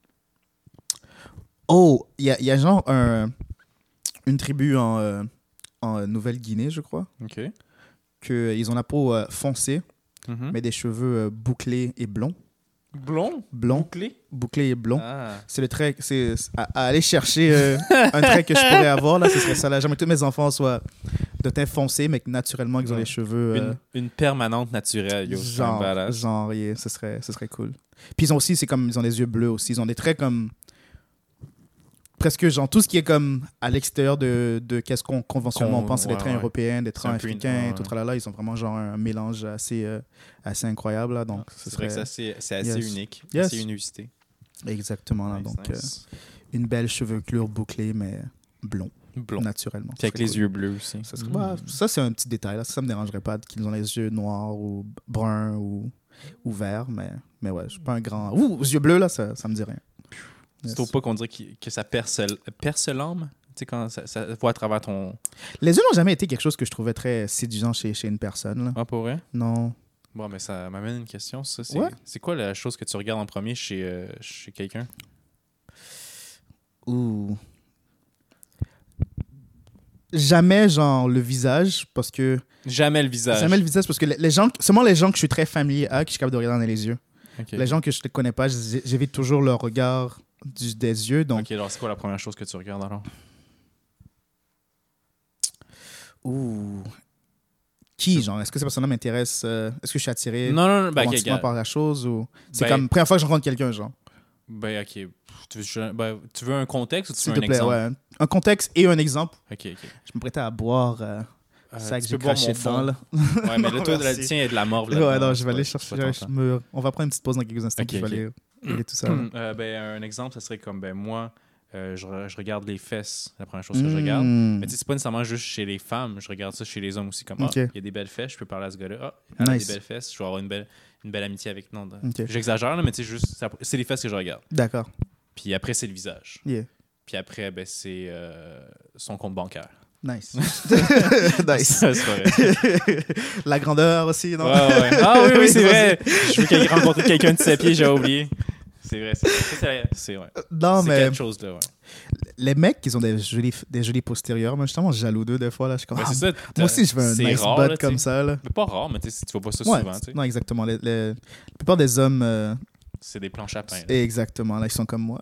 Speaker 1: Oh, il y a genre une tribu en Nouvelle-Guinée, je crois.
Speaker 2: OK.
Speaker 1: Ils ont la peau foncée, mais des cheveux bouclés et blonds.
Speaker 2: Blond?
Speaker 1: Bouclé et blond.
Speaker 2: Ah.
Speaker 1: C'est le trait, c'est à aller chercher un trait que je pourrais avoir, là, ce serait ça. Là. J'aimerais que tous mes enfants soient de teint foncé, mais que naturellement, ils ont les cheveux...
Speaker 2: Une permanente naturelle, yo.
Speaker 1: Genre, yeah, ce serait cool. Puis ils ont aussi, ils ont des yeux bleus aussi. Ils ont des traits comme... presque genre tout ce qui est comme à l'extérieur de qu'est-ce qu'on conventionnellement on pense, c'est des trains européens, des trains africains, tout là, ils ont vraiment genre un mélange assez incroyable là, donc
Speaker 2: c'est vrai que c'est assez unique,
Speaker 1: yes.
Speaker 2: assez une unicité.
Speaker 1: Exactement là, donc une belle chevelure bouclée mais blond naturellement.
Speaker 2: Puis avec les yeux bleus aussi.
Speaker 1: Ça c'est un petit détail là, ça me dérangerait pas qu'ils ont les yeux noirs ou bruns ou verts, mais ouais, je suis pas un grand aux yeux bleus là, ça me dit rien.
Speaker 2: Tu trouves pas qu'on dirait que ça perce l'âme? Tu sais, quand ça voit à travers ton...
Speaker 1: Les yeux n'ont jamais été quelque chose que je trouvais très séduisant chez une personne. Là.
Speaker 2: Ah, pour vrai?
Speaker 1: Non.
Speaker 2: Bon, mais ça m'amène une question. Ça, c'est quoi la chose que tu regardes en premier chez quelqu'un?
Speaker 1: Ouh. Jamais, genre, le visage, parce que...
Speaker 2: Jamais le visage?
Speaker 1: Jamais le visage, parce que seulement les gens que je suis très familier à, que je suis capable de regarder dans les yeux. Okay. Les gens que je ne connais pas, j'évite toujours le regard des yeux. Donc...
Speaker 2: OK, alors c'est quoi la première chose que tu regardes alors?
Speaker 1: Ouh. Qui, genre? Est-ce que cette personne-là m'intéresse? Est-ce que je suis attiré
Speaker 2: romantiquement
Speaker 1: par la chose? Ou... C'est comme la première fois que je rencontre quelqu'un, genre.
Speaker 2: Ben, OK. Tu veux un contexte ou tu veux
Speaker 1: un exemple? Ouais. Un contexte et un exemple.
Speaker 2: OK.
Speaker 1: Je me prêtais à boire ça que j'ai craché dedans, là.
Speaker 2: Ouais, mais là, toi, le tien, il y a de la morve là.
Speaker 1: Ouais, non, je vais aller chercher. On va prendre une petite pause dans quelques instants. Okay, je vais aller tout ça.
Speaker 2: Un exemple, ça serait comme, moi, je regarde les fesses, la première chose que je regarde. Mais tu sais, c'est pas nécessairement juste chez les femmes. Je regarde ça chez les hommes aussi. Comme, il y a des belles fesses, je peux parler à ce gars-là. Il a des belles fesses, je vais avoir une belle amitié avec. Non, j'exagère, là, mais tu sais, juste, c'est les fesses que je regarde.
Speaker 1: D'accord.
Speaker 2: Puis après, c'est le visage.
Speaker 1: Yeah.
Speaker 2: Puis après, c'est son compte bancaire.
Speaker 1: Nice. Nice. C'est vrai. La grandeur aussi, non?
Speaker 2: Ouais. Ah oui, c'est vrai. Je veux rencontrer quelqu'un de ses pieds, j'ai oublié. C'est vrai. C'est vrai.
Speaker 1: Non, mais
Speaker 2: quelque chose là, ouais.
Speaker 1: Les mecs qui ont des jolis postérieurs, moi, je suis tellement jaloux d'eux des fois. Là, je suis comme,
Speaker 2: c'est ça,
Speaker 1: moi aussi, je veux un nice
Speaker 2: rare,
Speaker 1: butt comme ça. Là.
Speaker 2: Mais pas rare, mais tu vois pas ça souvent. T'sais.
Speaker 1: Non, exactement. La plupart des hommes...
Speaker 2: c'est des planches à pain. Là.
Speaker 1: Exactement. Là, ils sont comme moi.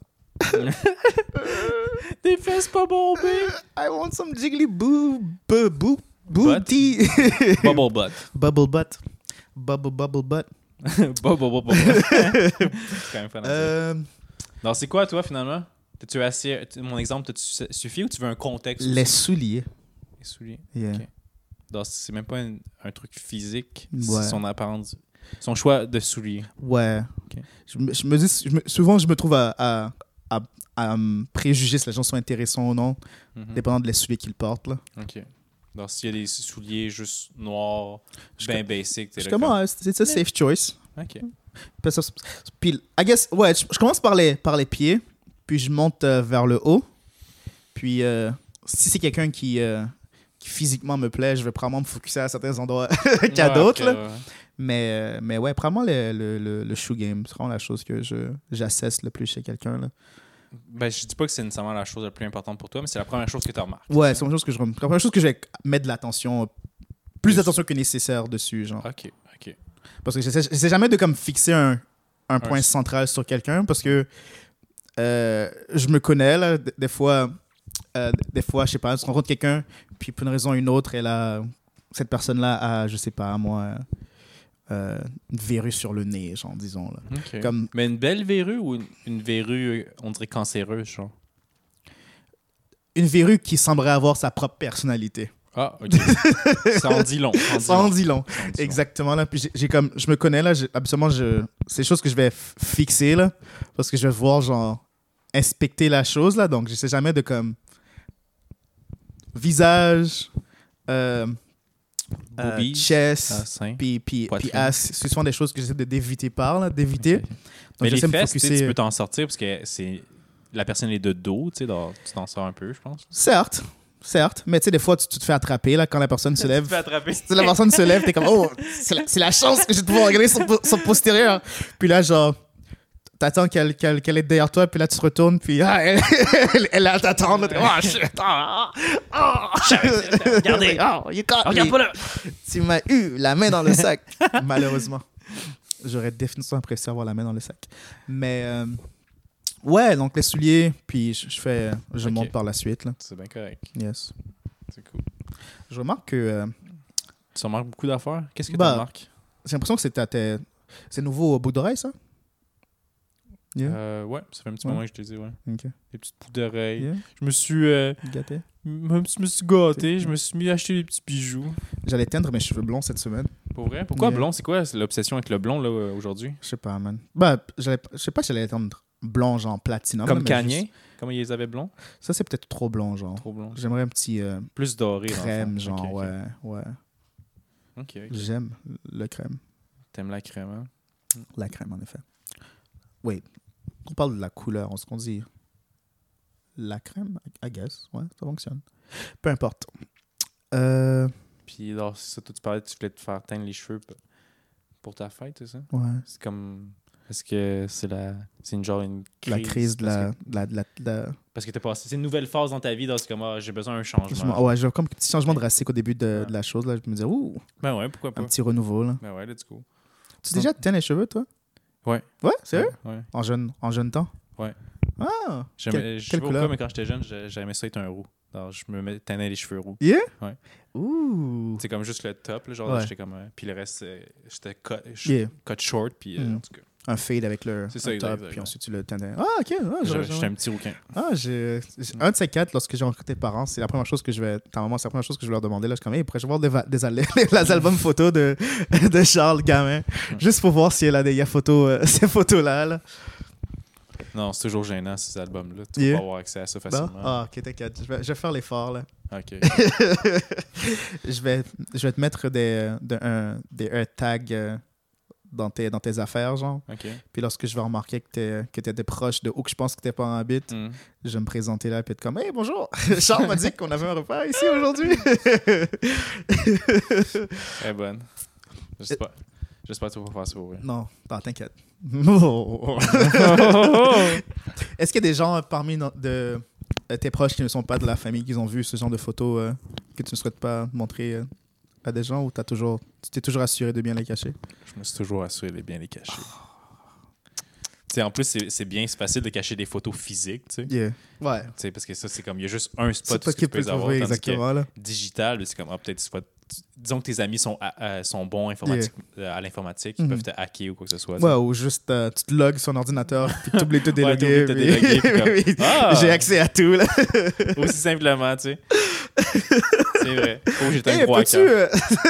Speaker 2: Des fesses pas bombées.
Speaker 1: I want some jiggly booty.
Speaker 2: Bubble butt.
Speaker 1: Bubble butt. Bubble butt.
Speaker 2: C'est quand même fun à dire. Donc, c'est quoi, toi, finalement? T'as-tu assez... Mon exemple, t'as-tu suffi ou tu veux un contexte?
Speaker 1: Les souliers.
Speaker 2: Les souliers?
Speaker 1: Yeah.
Speaker 2: OK. Donc, c'est même pas un truc physique, c'est son apparence... Son choix de souliers.
Speaker 1: Ouais. Okay. Souvent, je me trouve à me préjuger si les gens sont intéressants ou non, dépendant des souliers qu'ils portent. Là.
Speaker 2: OK. Donc, s'il y a des souliers juste noirs, bien basic, t'es là.
Speaker 1: Comment? C'est un safe choice.
Speaker 2: OK.
Speaker 1: Puis, I guess, ouais, je commence par les pieds, puis je monte vers le haut. Puis, si c'est quelqu'un qui physiquement me plaît, je vais probablement me focusser à certains endroits qu'à d'autres. Okay, Mais ouais, probablement le shoe game, c'est vraiment la chose que j'assesse le plus chez quelqu'un. Là.
Speaker 2: Ben, je dis pas que c'est nécessairement la chose la plus importante pour toi, mais c'est la première chose que tu remarques.
Speaker 1: Ouais, c'est la première chose que je vais mettre de l'attention, plus d'attention que nécessaire dessus. Genre.
Speaker 2: OK.
Speaker 1: Parce que j'essaie jamais de comme, fixer un point central sur quelqu'un, parce que je me connais, là, des fois, je sais pas, je rencontre quelqu'un, puis pour une raison ou une autre, cette personne-là a, je sais pas, moi... une verrue sur le nez, genre, disons. Là.
Speaker 2: Okay. Mais une belle verrue ou une verrue, on dirait cancéreuse, genre?
Speaker 1: Une verrue qui semblerait avoir sa propre personnalité.
Speaker 2: Ah, OK. Ça en dit long.
Speaker 1: Exactement. Là. Puis je me connais, là, absolument, c'est des choses que je vais fixer, là, parce que je vais voir, genre, inspecter la chose, là, donc je sais jamais de, comme, visage... chest, puis ass, ce sont des choses que j'essaie d'éviter d'éviter.
Speaker 2: Okay. Mais les fesses, tu peux t'en sortir parce que la personne est de dos, tu t'en sors un peu, je pense.
Speaker 1: Certes, mais tu sais, des fois, tu te fais attraper là, quand la personne se lève.
Speaker 2: Tu te fais attraper.
Speaker 1: Si la personne se lève, t'es comme, oh, c'est la chance que je vais pouvoir regarder son postérieur. Puis là, genre, t'attends qu'elle est derrière toi, puis là, tu te retournes, puis elle est à t'attendre. Oh, shit!
Speaker 2: Regardez! Regarde pas là!
Speaker 1: Tu m'as eu la main dans le sac, malheureusement. J'aurais définitivement apprécié avoir la main dans le sac. Mais, ouais, donc les souliers, puis je monte par la suite. Là.
Speaker 2: C'est bien correct.
Speaker 1: Yes.
Speaker 2: C'est cool.
Speaker 1: Je remarque que...
Speaker 2: tu remarques beaucoup d'affaires? Qu'est-ce que tu remarques?
Speaker 1: J'ai l'impression que c'est nouveau au bout d'oreille, ça?
Speaker 2: Ouais, ça fait un petit moment que je te dis, ouais.
Speaker 1: Okay.
Speaker 2: Des petites boucles d'oreilles.
Speaker 1: Yeah.
Speaker 2: Je me suis...
Speaker 1: Gâté?
Speaker 2: Je me suis gâté, je me suis mis à acheter des petits bijoux.
Speaker 1: J'allais teindre mes cheveux blonds cette semaine.
Speaker 2: Pour vrai? Pourquoi blond? C'est quoi l'obsession avec le blond, là, aujourd'hui?
Speaker 1: Je sais pas, man. Bah, je sais pas si j'allais teindre blond, genre platinum.
Speaker 2: Comme Kanye? Juste... Comment ils les avaient blonds?
Speaker 1: Ça, c'est peut-être trop blond, genre.
Speaker 2: Trop blond.
Speaker 1: J'aimerais un petit...
Speaker 2: plus doré,
Speaker 1: crème, genre, okay. Ouais.
Speaker 2: OK.
Speaker 1: J'aime le crème.
Speaker 2: T'aimes la crème, hein?
Speaker 1: La crème, en effet. Oui. On parle de la couleur, on se dit la crème, I guess. Ouais, ça fonctionne. Peu importe.
Speaker 2: Puis, alors, c'est ça, tu parlais, tu voulais te faire teindre les cheveux pour ta fête, c'est ça?
Speaker 1: Ouais.
Speaker 2: C'est comme... Est-ce que c'est une crise?
Speaker 1: La crise de la...
Speaker 2: Parce que t'as passé... C'est une nouvelle phase dans ta vie, donc c'est comme, j'ai besoin d'un changement.
Speaker 1: Ouais, j'ai comme un petit changement drastique au début de la chose, là. Je me disais, ouh!
Speaker 2: Ben ouais, pourquoi pas?
Speaker 1: Un petit renouveau, là.
Speaker 2: Ben ouais, let's go.
Speaker 1: Tu déjà teint les cheveux, toi?
Speaker 2: Ouais.
Speaker 1: Ouais, sérieux?
Speaker 2: Ouais.
Speaker 1: En jeune temps?
Speaker 2: Ouais.
Speaker 1: Ah!
Speaker 2: Je sais pas pourquoi, mais quand j'étais jeune, j'aimais ça être un roux. Alors, je me teignais les cheveux roux.
Speaker 1: Yeah?
Speaker 2: Ouais.
Speaker 1: Ouh!
Speaker 2: C'est comme juste le top, là, genre, j'étais comme... puis le reste, j'étais cut short, puis en tout cas...
Speaker 1: Un fade avec le top, puis ensuite tu le teignais. Ah, OK.
Speaker 2: J'étais un petit rouquin.
Speaker 1: Ah, un de ces quatre, lorsque j'ai rencontré tes parents, c'est la première chose que je vais... Ta maman, c'est la première chose que je vais leur demander. Là, je suis comme, hey, pourrais-je voir les albums photos de Charles Gamin? Juste pour voir si elle a des photos, ces photos-là. Là.
Speaker 2: Non, c'est toujours gênant, ces albums-là. Tu peux pas avoir accès à ça facilement.
Speaker 1: Ah, OK, t'inquiète. Je vais faire l'effort, là.
Speaker 2: OK.
Speaker 1: je vais te mettre des tags... dans tes affaires, genre.
Speaker 2: Okay.
Speaker 1: Puis lorsque je vais remarquer que t'es proche de où que je pense que tes parents habitent, je vais me présenter là et être comme « Hey, bonjour! Charles m'a dit qu'on avait un repas ici aujourd'hui! »
Speaker 2: Très bonne. J'espère que tu vas pas faire ça pour vrai.
Speaker 1: Non, t'inquiète. Est-ce qu'il y a des gens parmi tes proches qui ne sont pas de la famille qui ont vu ce genre de photos que tu ne souhaites pas montrer à des gens ou tu t'es toujours assuré de bien les cacher?
Speaker 2: Je me suis toujours assuré de bien les cacher. En plus, c'est facile de cacher des photos physiques, tu sais.
Speaker 1: Yeah. Ouais.
Speaker 2: Parce que ça, c'est comme, il y a juste un spot que
Speaker 1: tu
Speaker 2: peux avoir.
Speaker 1: Exactement, là.
Speaker 2: Digital, c'est comme, peut-être disons que tes amis sont bons à l'informatique, ils peuvent te hacker ou quoi que ce soit.
Speaker 1: Ouais, ou juste tu te logs sur un ordinateur, puis tu oublies de te déloguer. J'ai accès à tout, là.
Speaker 2: Aussi simplement, tu sais. C'est vrai. Oh, j'étais un gros hacker.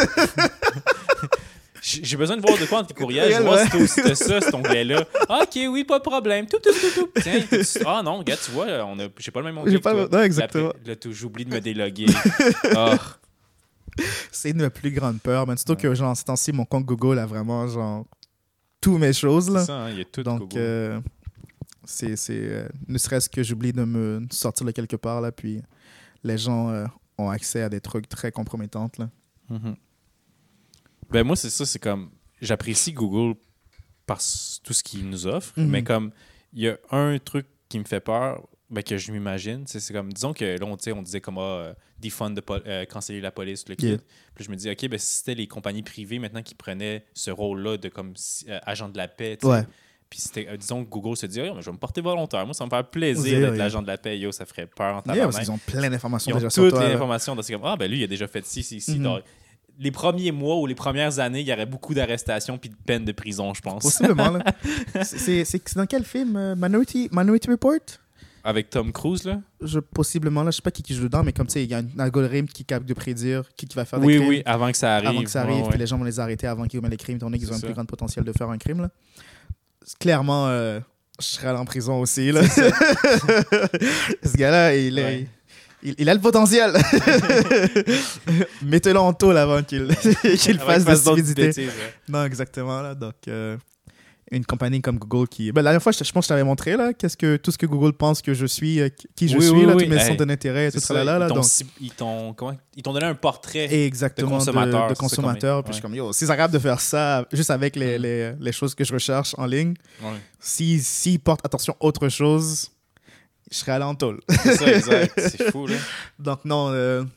Speaker 2: J'ai besoin de voir de quoi dans tes courriels. Je vais voir si t'as ça, cet onglet-là. Ah, OK, oui, pas de problème. Tiens, non, regarde, tu vois, j'ai pas le même onglet.
Speaker 1: Non, exactement.
Speaker 2: Là, j'oublie de me déloguer. Oh.
Speaker 1: C'est une plus grande peur. Mais surtout que, genre, en ce temps-ci, mon compte Google a vraiment, genre, tous mes choses, là.
Speaker 2: C'est ça, hein, il y a tout
Speaker 1: donc,
Speaker 2: Google.
Speaker 1: Ne serait-ce que j'oublie de me sortir de quelque part, là, puis les gens ont accès à des trucs très compromettants, là.
Speaker 2: Mm-hmm. Ben moi, c'est ça, c'est comme... J'apprécie Google par tout ce qu'il nous offre, mais comme il y a un truc qui me fait peur, que je m'imagine, c'est comme, disons que là, on disait comme defund, canceller la police, le kit.
Speaker 1: Yeah.
Speaker 2: Puis je me dis, OK, si c'était les compagnies privées maintenant qui prenaient ce rôle-là de comme agent de la paix,
Speaker 1: ouais.
Speaker 2: Puis disons que Google se dit, je vais me porter volontaire. Moi, ça me fait plaisir d'être l'agent de la paix. Ça ferait peur en tabarnak.
Speaker 1: Parce qu'ils ont plein d'informations
Speaker 2: déjà sur toi. Ils ont toutes les informations. C'est comme, lui, il a déjà fait ci. Les premiers mois ou les premières années, il y aurait beaucoup d'arrestations puis de peines de prison, je pense.
Speaker 1: Possiblement, là. C'est dans quel film? Minority Report?
Speaker 2: Avec Tom Cruise, là?
Speaker 1: Possiblement, là. Je sais pas qui joue dedans, mais comme tu sais, il y a un algorithme qui est capable de prédire qui va faire des crimes.
Speaker 2: Oui, avant que ça arrive.
Speaker 1: Avant que ça arrive, puis les gens vont les arrêter avant qu'ils commettent les crimes, étant donné qu'ils ont un plus grand potentiel de faire un crime, là. Clairement, je serais allé en prison aussi, là. Ce gars-là, il a le potentiel. Mettez-le en tôle avant qu'il fasse des stupidité. Non, exactement. Là. Donc, une compagnie comme Google qui... la dernière fois, je pense que je t'avais montré là, tout ce que Google pense que je suis, qui je suis, là, tous mes centres d'intérêt, tout ça. Là,
Speaker 2: ils t'ont donné un portrait
Speaker 1: exactement, de consommateur. Puis je suis comme, yo, si c'est agréable de faire ça juste avec les choses que je recherche en ligne, s'ils portent attention à autre chose... Je serais allé en tôle.
Speaker 2: C'est ça, exact. C'est fou, là.
Speaker 1: Donc, non.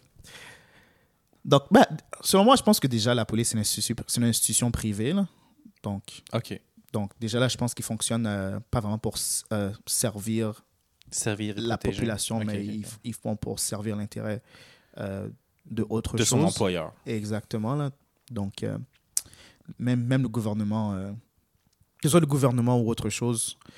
Speaker 1: Selon moi, je pense que déjà, la police, c'est une institution privée. Là. Donc, déjà là, je pense qu'ils fonctionnent pas vraiment pour servir la population, mais ils font pour servir l'intérêt de autre chose.
Speaker 2: De son employeur.
Speaker 1: Exactement. Là. Donc, même le gouvernement, que ce soit le gouvernement ou autre chose,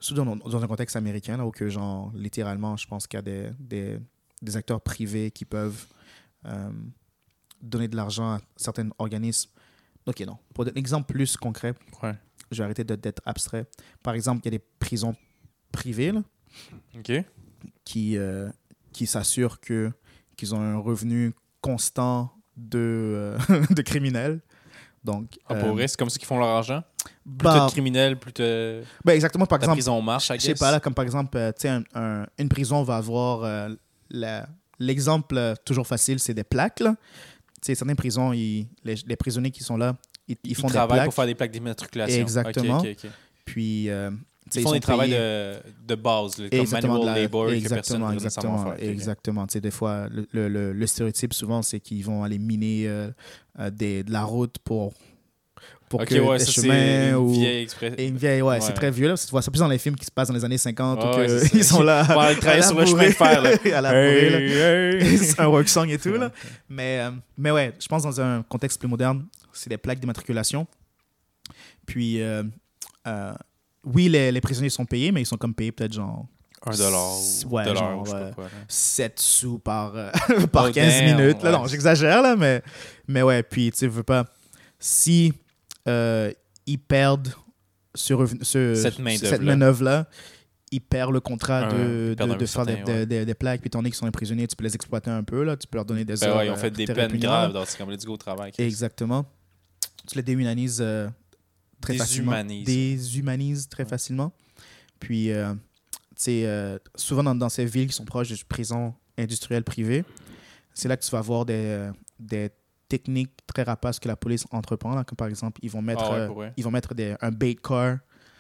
Speaker 1: surtout dans un contexte américain, là, où que, genre, littéralement, je pense qu'il y a des acteurs privés qui peuvent donner de l'argent à certains organismes. OK, non. Pour un exemple plus concret, je vais arrêter d'être abstrait. Par exemple, il y a des prisons privées là, qui s'assurent qu'ils ont un revenu constant de criminels. Donc,
Speaker 2: pour vrai, c'est comme ça qu'ils font leur argent? Plus t'as de criminels, plus t'as...
Speaker 1: exactement, par exemple,
Speaker 2: prison marche,
Speaker 1: je sais pas, là, comme par exemple, une prison va avoir... l'exemple toujours facile, c'est des plaques. Là. Certaines prisons, les prisonniers qui sont là, ils font des plaques. Ils travaillent
Speaker 2: pour faire des plaques d'immatriculation.
Speaker 1: Exactement. Okay. Puis...
Speaker 2: ils font des travaux de base, là, comme manual labor, que personne ne veut nécessairement faire.
Speaker 1: Exactement. Des fois, le stéréotype, souvent, c'est qu'ils vont aller miner de la route pour que des chemins... Une vieille, c'est très vieux. Là, tu vois ça plus dans les films qui se passent dans les années 50 où ils sont là
Speaker 2: ils travaillent sur le chemin de fer.
Speaker 1: À la bourrée. C'est un rock song et tout. Là. Mais ouais, je pense dans un contexte plus moderne, c'est des plaques d'immatriculation. Puis... oui, les prisonniers sont payés, mais ils sont comme payés peut-être genre...
Speaker 2: $1
Speaker 1: ouais,
Speaker 2: $,
Speaker 1: genre,
Speaker 2: je sais pas quoi,
Speaker 1: 7 sous par 15 minutes. Là, non, j'exagère, là, mais ouais, puis tu veux pas... Si ils perdent cette main-d'œuvre-là, ils perdent le contrat de faire des plaques, puis tandis qu'ils sont des prisonniers, tu peux les exploiter un peu, là, tu peux leur donner des heures.
Speaker 2: Ils ont fait des peines graves, donc c'est comme let's go au travail.
Speaker 1: Exactement. Tu les déhumanises... déshumanise très facilement. Puis, souvent dans ces villes qui sont proches de prisons industrielles privées, c'est là que tu vas avoir des techniques très rapaces que la police entreprend. Là, comme par exemple, ils vont mettre un bait car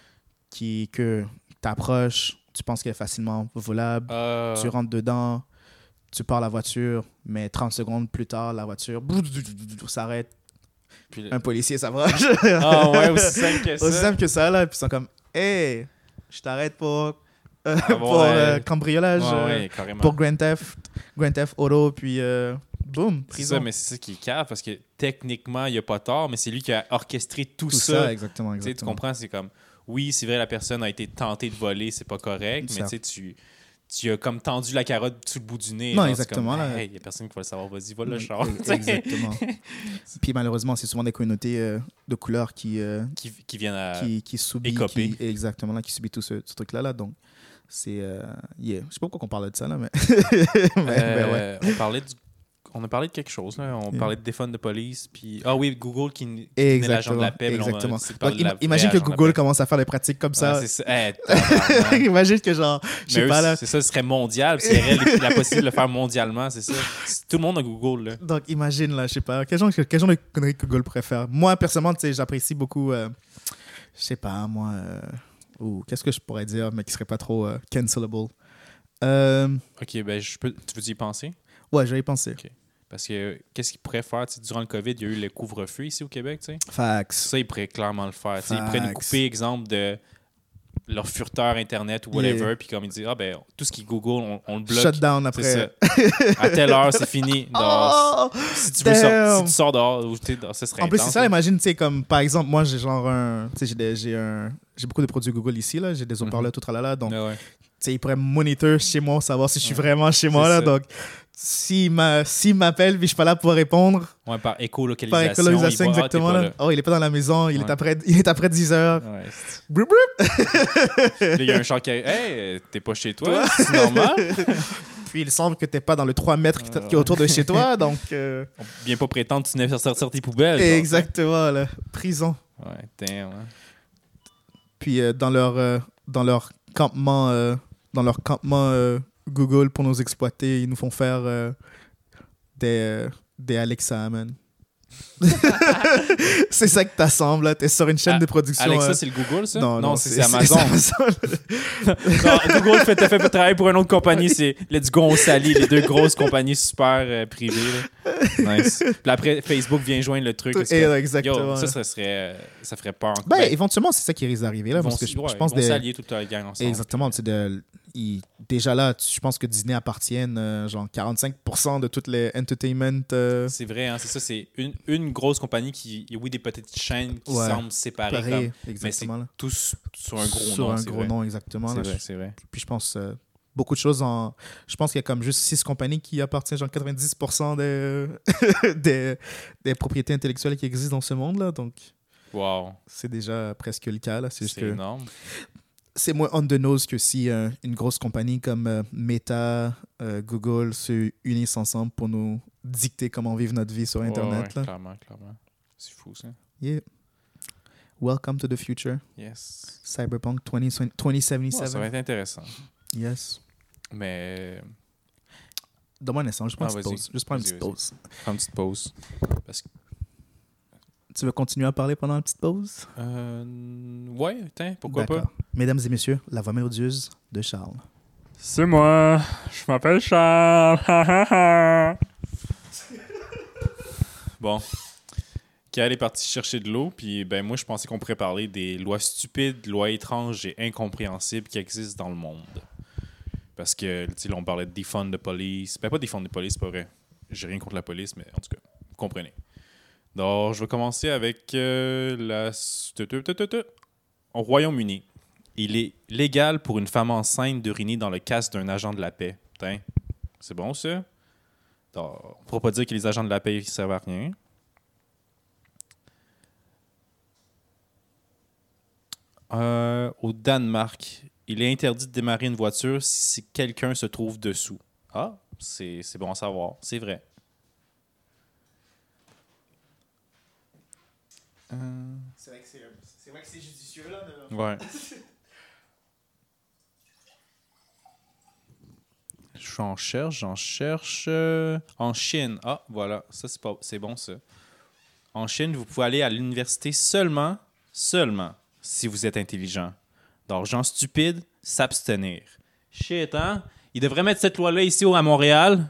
Speaker 1: que tu approches, tu penses qu'elle est facilement volable, tu rentres dedans, tu pars la voiture, mais 30 secondes plus tard, la voiture s'arrête. Puis un policier s'approche.
Speaker 2: Ah ouais, aussi simple que ça.
Speaker 1: Aussi simple que ça, là. Puis ils sont comme, hey, je t'arrête pour cambriolage, pour Grand Theft Auto, puis boum, prison.
Speaker 2: C'est ça, mais c'est ça qui est cave, parce que techniquement, il n'y a pas tort, mais c'est lui qui a orchestré tout
Speaker 1: ça. Exactement.
Speaker 2: Tu comprends, c'est comme, oui, c'est vrai, la personne a été tentée de voler, c'est pas correct, mais tu as comme tendu la carotte sous le bout du nez.
Speaker 1: Non, exactement.
Speaker 2: Il n'y a personne qui va le savoir. Vas-y, vole le char.
Speaker 1: Exactement. Puis malheureusement, c'est souvent des communautés de couleur qui
Speaker 2: viennent à
Speaker 1: écoper. Exactement, là, qui subissent tout ce truc-là. Là, donc, c'est... Je sais pas pourquoi on parlait de ça, là, mais...
Speaker 2: ouais. On a parlé de quelque chose, là. On parlait de défund de police, puis... Ah oui, Google qui est l'agent de la paix.
Speaker 1: Exactement. Donc, imagine que Google commence à faire des pratiques comme ça.
Speaker 2: C'est ça.
Speaker 1: Imagine que genre, je sais pas là...
Speaker 2: C'est ça, ce serait mondial, puis il y aurait la possibilité de le faire mondialement, c'est ça. Tout le monde a Google, là.
Speaker 1: Donc, imagine, là, je sais pas, quel genre de conneries que Google pourrait faire. Moi, personnellement, tu sais, j'apprécie beaucoup, je sais pas, moi... qu'est-ce que je pourrais dire, mais qui serait pas trop cancelable?
Speaker 2: OK, ben, tu veux y penser?
Speaker 1: Ouais, je vais y penser.
Speaker 2: OK. Parce que qu'est-ce qu'ils pourraient faire? Durant le COVID, il y a eu le couvre-feu ici au Québec. T'sais.
Speaker 1: Facts.
Speaker 2: Ça, ils pourraient clairement le faire. Ils pourraient nous couper, exemple, de leur furteur Internet ou whatever. Puis comme ils disent, tout ce qui Google, on le bloque.
Speaker 1: Shut down après.
Speaker 2: À telle heure, c'est fini. Donc, si tu sors dehors, ça serait
Speaker 1: en plus,
Speaker 2: intense,
Speaker 1: c'est ça, imagine, tu sais, comme par exemple, moi, j'ai genre j'ai beaucoup de produits Google ici, là. J'ai des haut-parleurs, tout tralala. Donc, tu sais, ils pourraient monitor chez moi, savoir si je suis vraiment chez moi, là. Donc, s'il m'appelle puis je suis pas là pour répondre.
Speaker 2: Ouais, par écolocalisation.
Speaker 1: Par écologisation, exactement. Là. Il est pas dans la maison, il est après 10 heures.
Speaker 2: Ouais,
Speaker 1: broup, broup.
Speaker 2: Là, il y a un char qui arrive. Hey, t'es pas chez toi, c'est normal.
Speaker 1: Puis il semble que t'es pas dans le 3 mètres qui est autour de chez toi, donc...
Speaker 2: On vient pas prétendre que tu n'as sortir tes poubelles.
Speaker 1: Exactement, là. Prison.
Speaker 2: Ouais, damn. Hein.
Speaker 1: Puis dans leur campement Google pour nous exploiter, ils nous font faire des Alexa, man. C'est ça que t'assembles, là. T'es sur une chaîne de production.
Speaker 2: Alexa, c'est le Google, ça?
Speaker 1: Non,
Speaker 2: c'est Amazon. Non, Google fait travailler pour une autre compagnie. C'est Let's Go, on s'allie, les deux grosses compagnies super privées. Là. Nice. Puis après, Facebook vient joindre le truc.
Speaker 1: Exactement.
Speaker 2: Yo, ça ferait peur.
Speaker 1: Éventuellement, c'est ça qui risque d'arriver. Là, parce que je pense
Speaker 2: vont s'allier toute la gang ensemble.
Speaker 1: Exactement. déjà là, je pense que Disney appartiennent genre 45% de toutes les entertainment.
Speaker 2: C'est vrai, hein, c'est ça. C'est une grosse compagnie qui, oui, des petites chaînes qui semblent séparées. Mais c'est tous sur un gros nom.
Speaker 1: Sur un gros nom, exactement.
Speaker 2: C'est vrai, c'est vrai.
Speaker 1: Puis je pense beaucoup de choses Je pense qu'il y a comme juste 6 compagnies qui appartiennent genre 90% des propriétés intellectuelles qui existent dans ce monde-là. Donc, c'est déjà presque le cas. Là.
Speaker 2: C'est énorme.
Speaker 1: C'est moins on the nose que si une grosse compagnie comme Meta, Google se unissent ensemble pour nous dicter comment vivre notre vie sur Internet. Là.
Speaker 2: Clairement. C'est fou, ça.
Speaker 1: Yeah. Welcome to the future.
Speaker 2: Yes.
Speaker 1: Cyberpunk 2077.
Speaker 2: Ça va être intéressant.
Speaker 1: Yes.
Speaker 2: Mais...
Speaker 1: Donne-moi un instant, je prends une petite pause. Juste prends une petite pause.
Speaker 2: Prends une petite pause. Parce que...
Speaker 1: Tu veux continuer à parler pendant une petite pause?
Speaker 2: Ouais, pourquoi pas?
Speaker 1: Mesdames et messieurs, la voix mélodieuse de Charles.
Speaker 3: C'est moi, je m'appelle Charles.
Speaker 2: Bon. Cal est parti chercher de l'eau, puis ben moi je pensais qu'on pourrait parler des lois stupides, lois étranges et incompréhensibles qui existent dans le monde. Parce que, tu sais, là, on parlait de defund the police. Ben pas defund the police, c'est pas vrai. J'ai rien contre la police, mais en tout cas, vous comprenez. Donc, je vais commencer avec Au Royaume-Uni, il est légal pour une femme enceinte d'uriner dans le casque d'un agent de la paix. Putain, c'est bon, ça? Donc, on ne pourra pas dire que les agents de la paix ne servent à rien. Au Danemark, il est interdit de démarrer une voiture si quelqu'un se trouve dessous. Ah, c'est bon à savoir. C'est vrai.
Speaker 1: C'est vrai que c'est judicieux, là.
Speaker 2: Ouais. J'en cherche. En Chine. Ah, voilà. Ça, c'est bon, ça. En Chine, vous pouvez aller à l'université seulement si vous êtes intelligent. Donc, gens stupides, s'abstenir. Shit, hein? Ils devraient mettre cette loi-là ici à Montréal.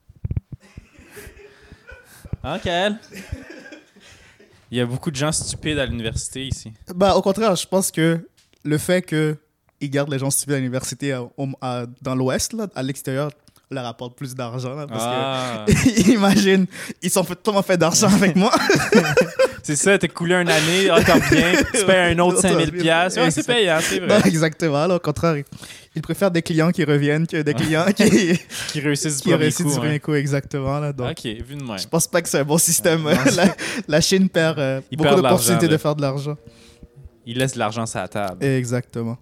Speaker 2: OK. Il y a beaucoup de gens stupides à l'université ici.
Speaker 1: Bah, au contraire, je pense que le fait qu'ils gardent les gens stupides à l'université dans l'Ouest, là, à l'extérieur, leur apporte plus d'argent. Là, parce que, imagine, ils sont tellement fait d'argent avec moi.
Speaker 2: C'est ça, t'as coulé une année, t'en reviens, tu payes un autre 5 000 $. Ouais, c'est payant, c'est vrai.
Speaker 1: Non, exactement. Là, au contraire, ils préfèrent des clients qui reviennent que des clients
Speaker 2: qui réussissent du premier
Speaker 1: coup. Exactement. Là, donc,
Speaker 2: OK, vu de même.
Speaker 1: Je pense pas que c'est un bon système. La Chine perd beaucoup d'opportunités de faire de l'argent.
Speaker 2: Ils laissent de l'argent sur la table.
Speaker 1: Exactement.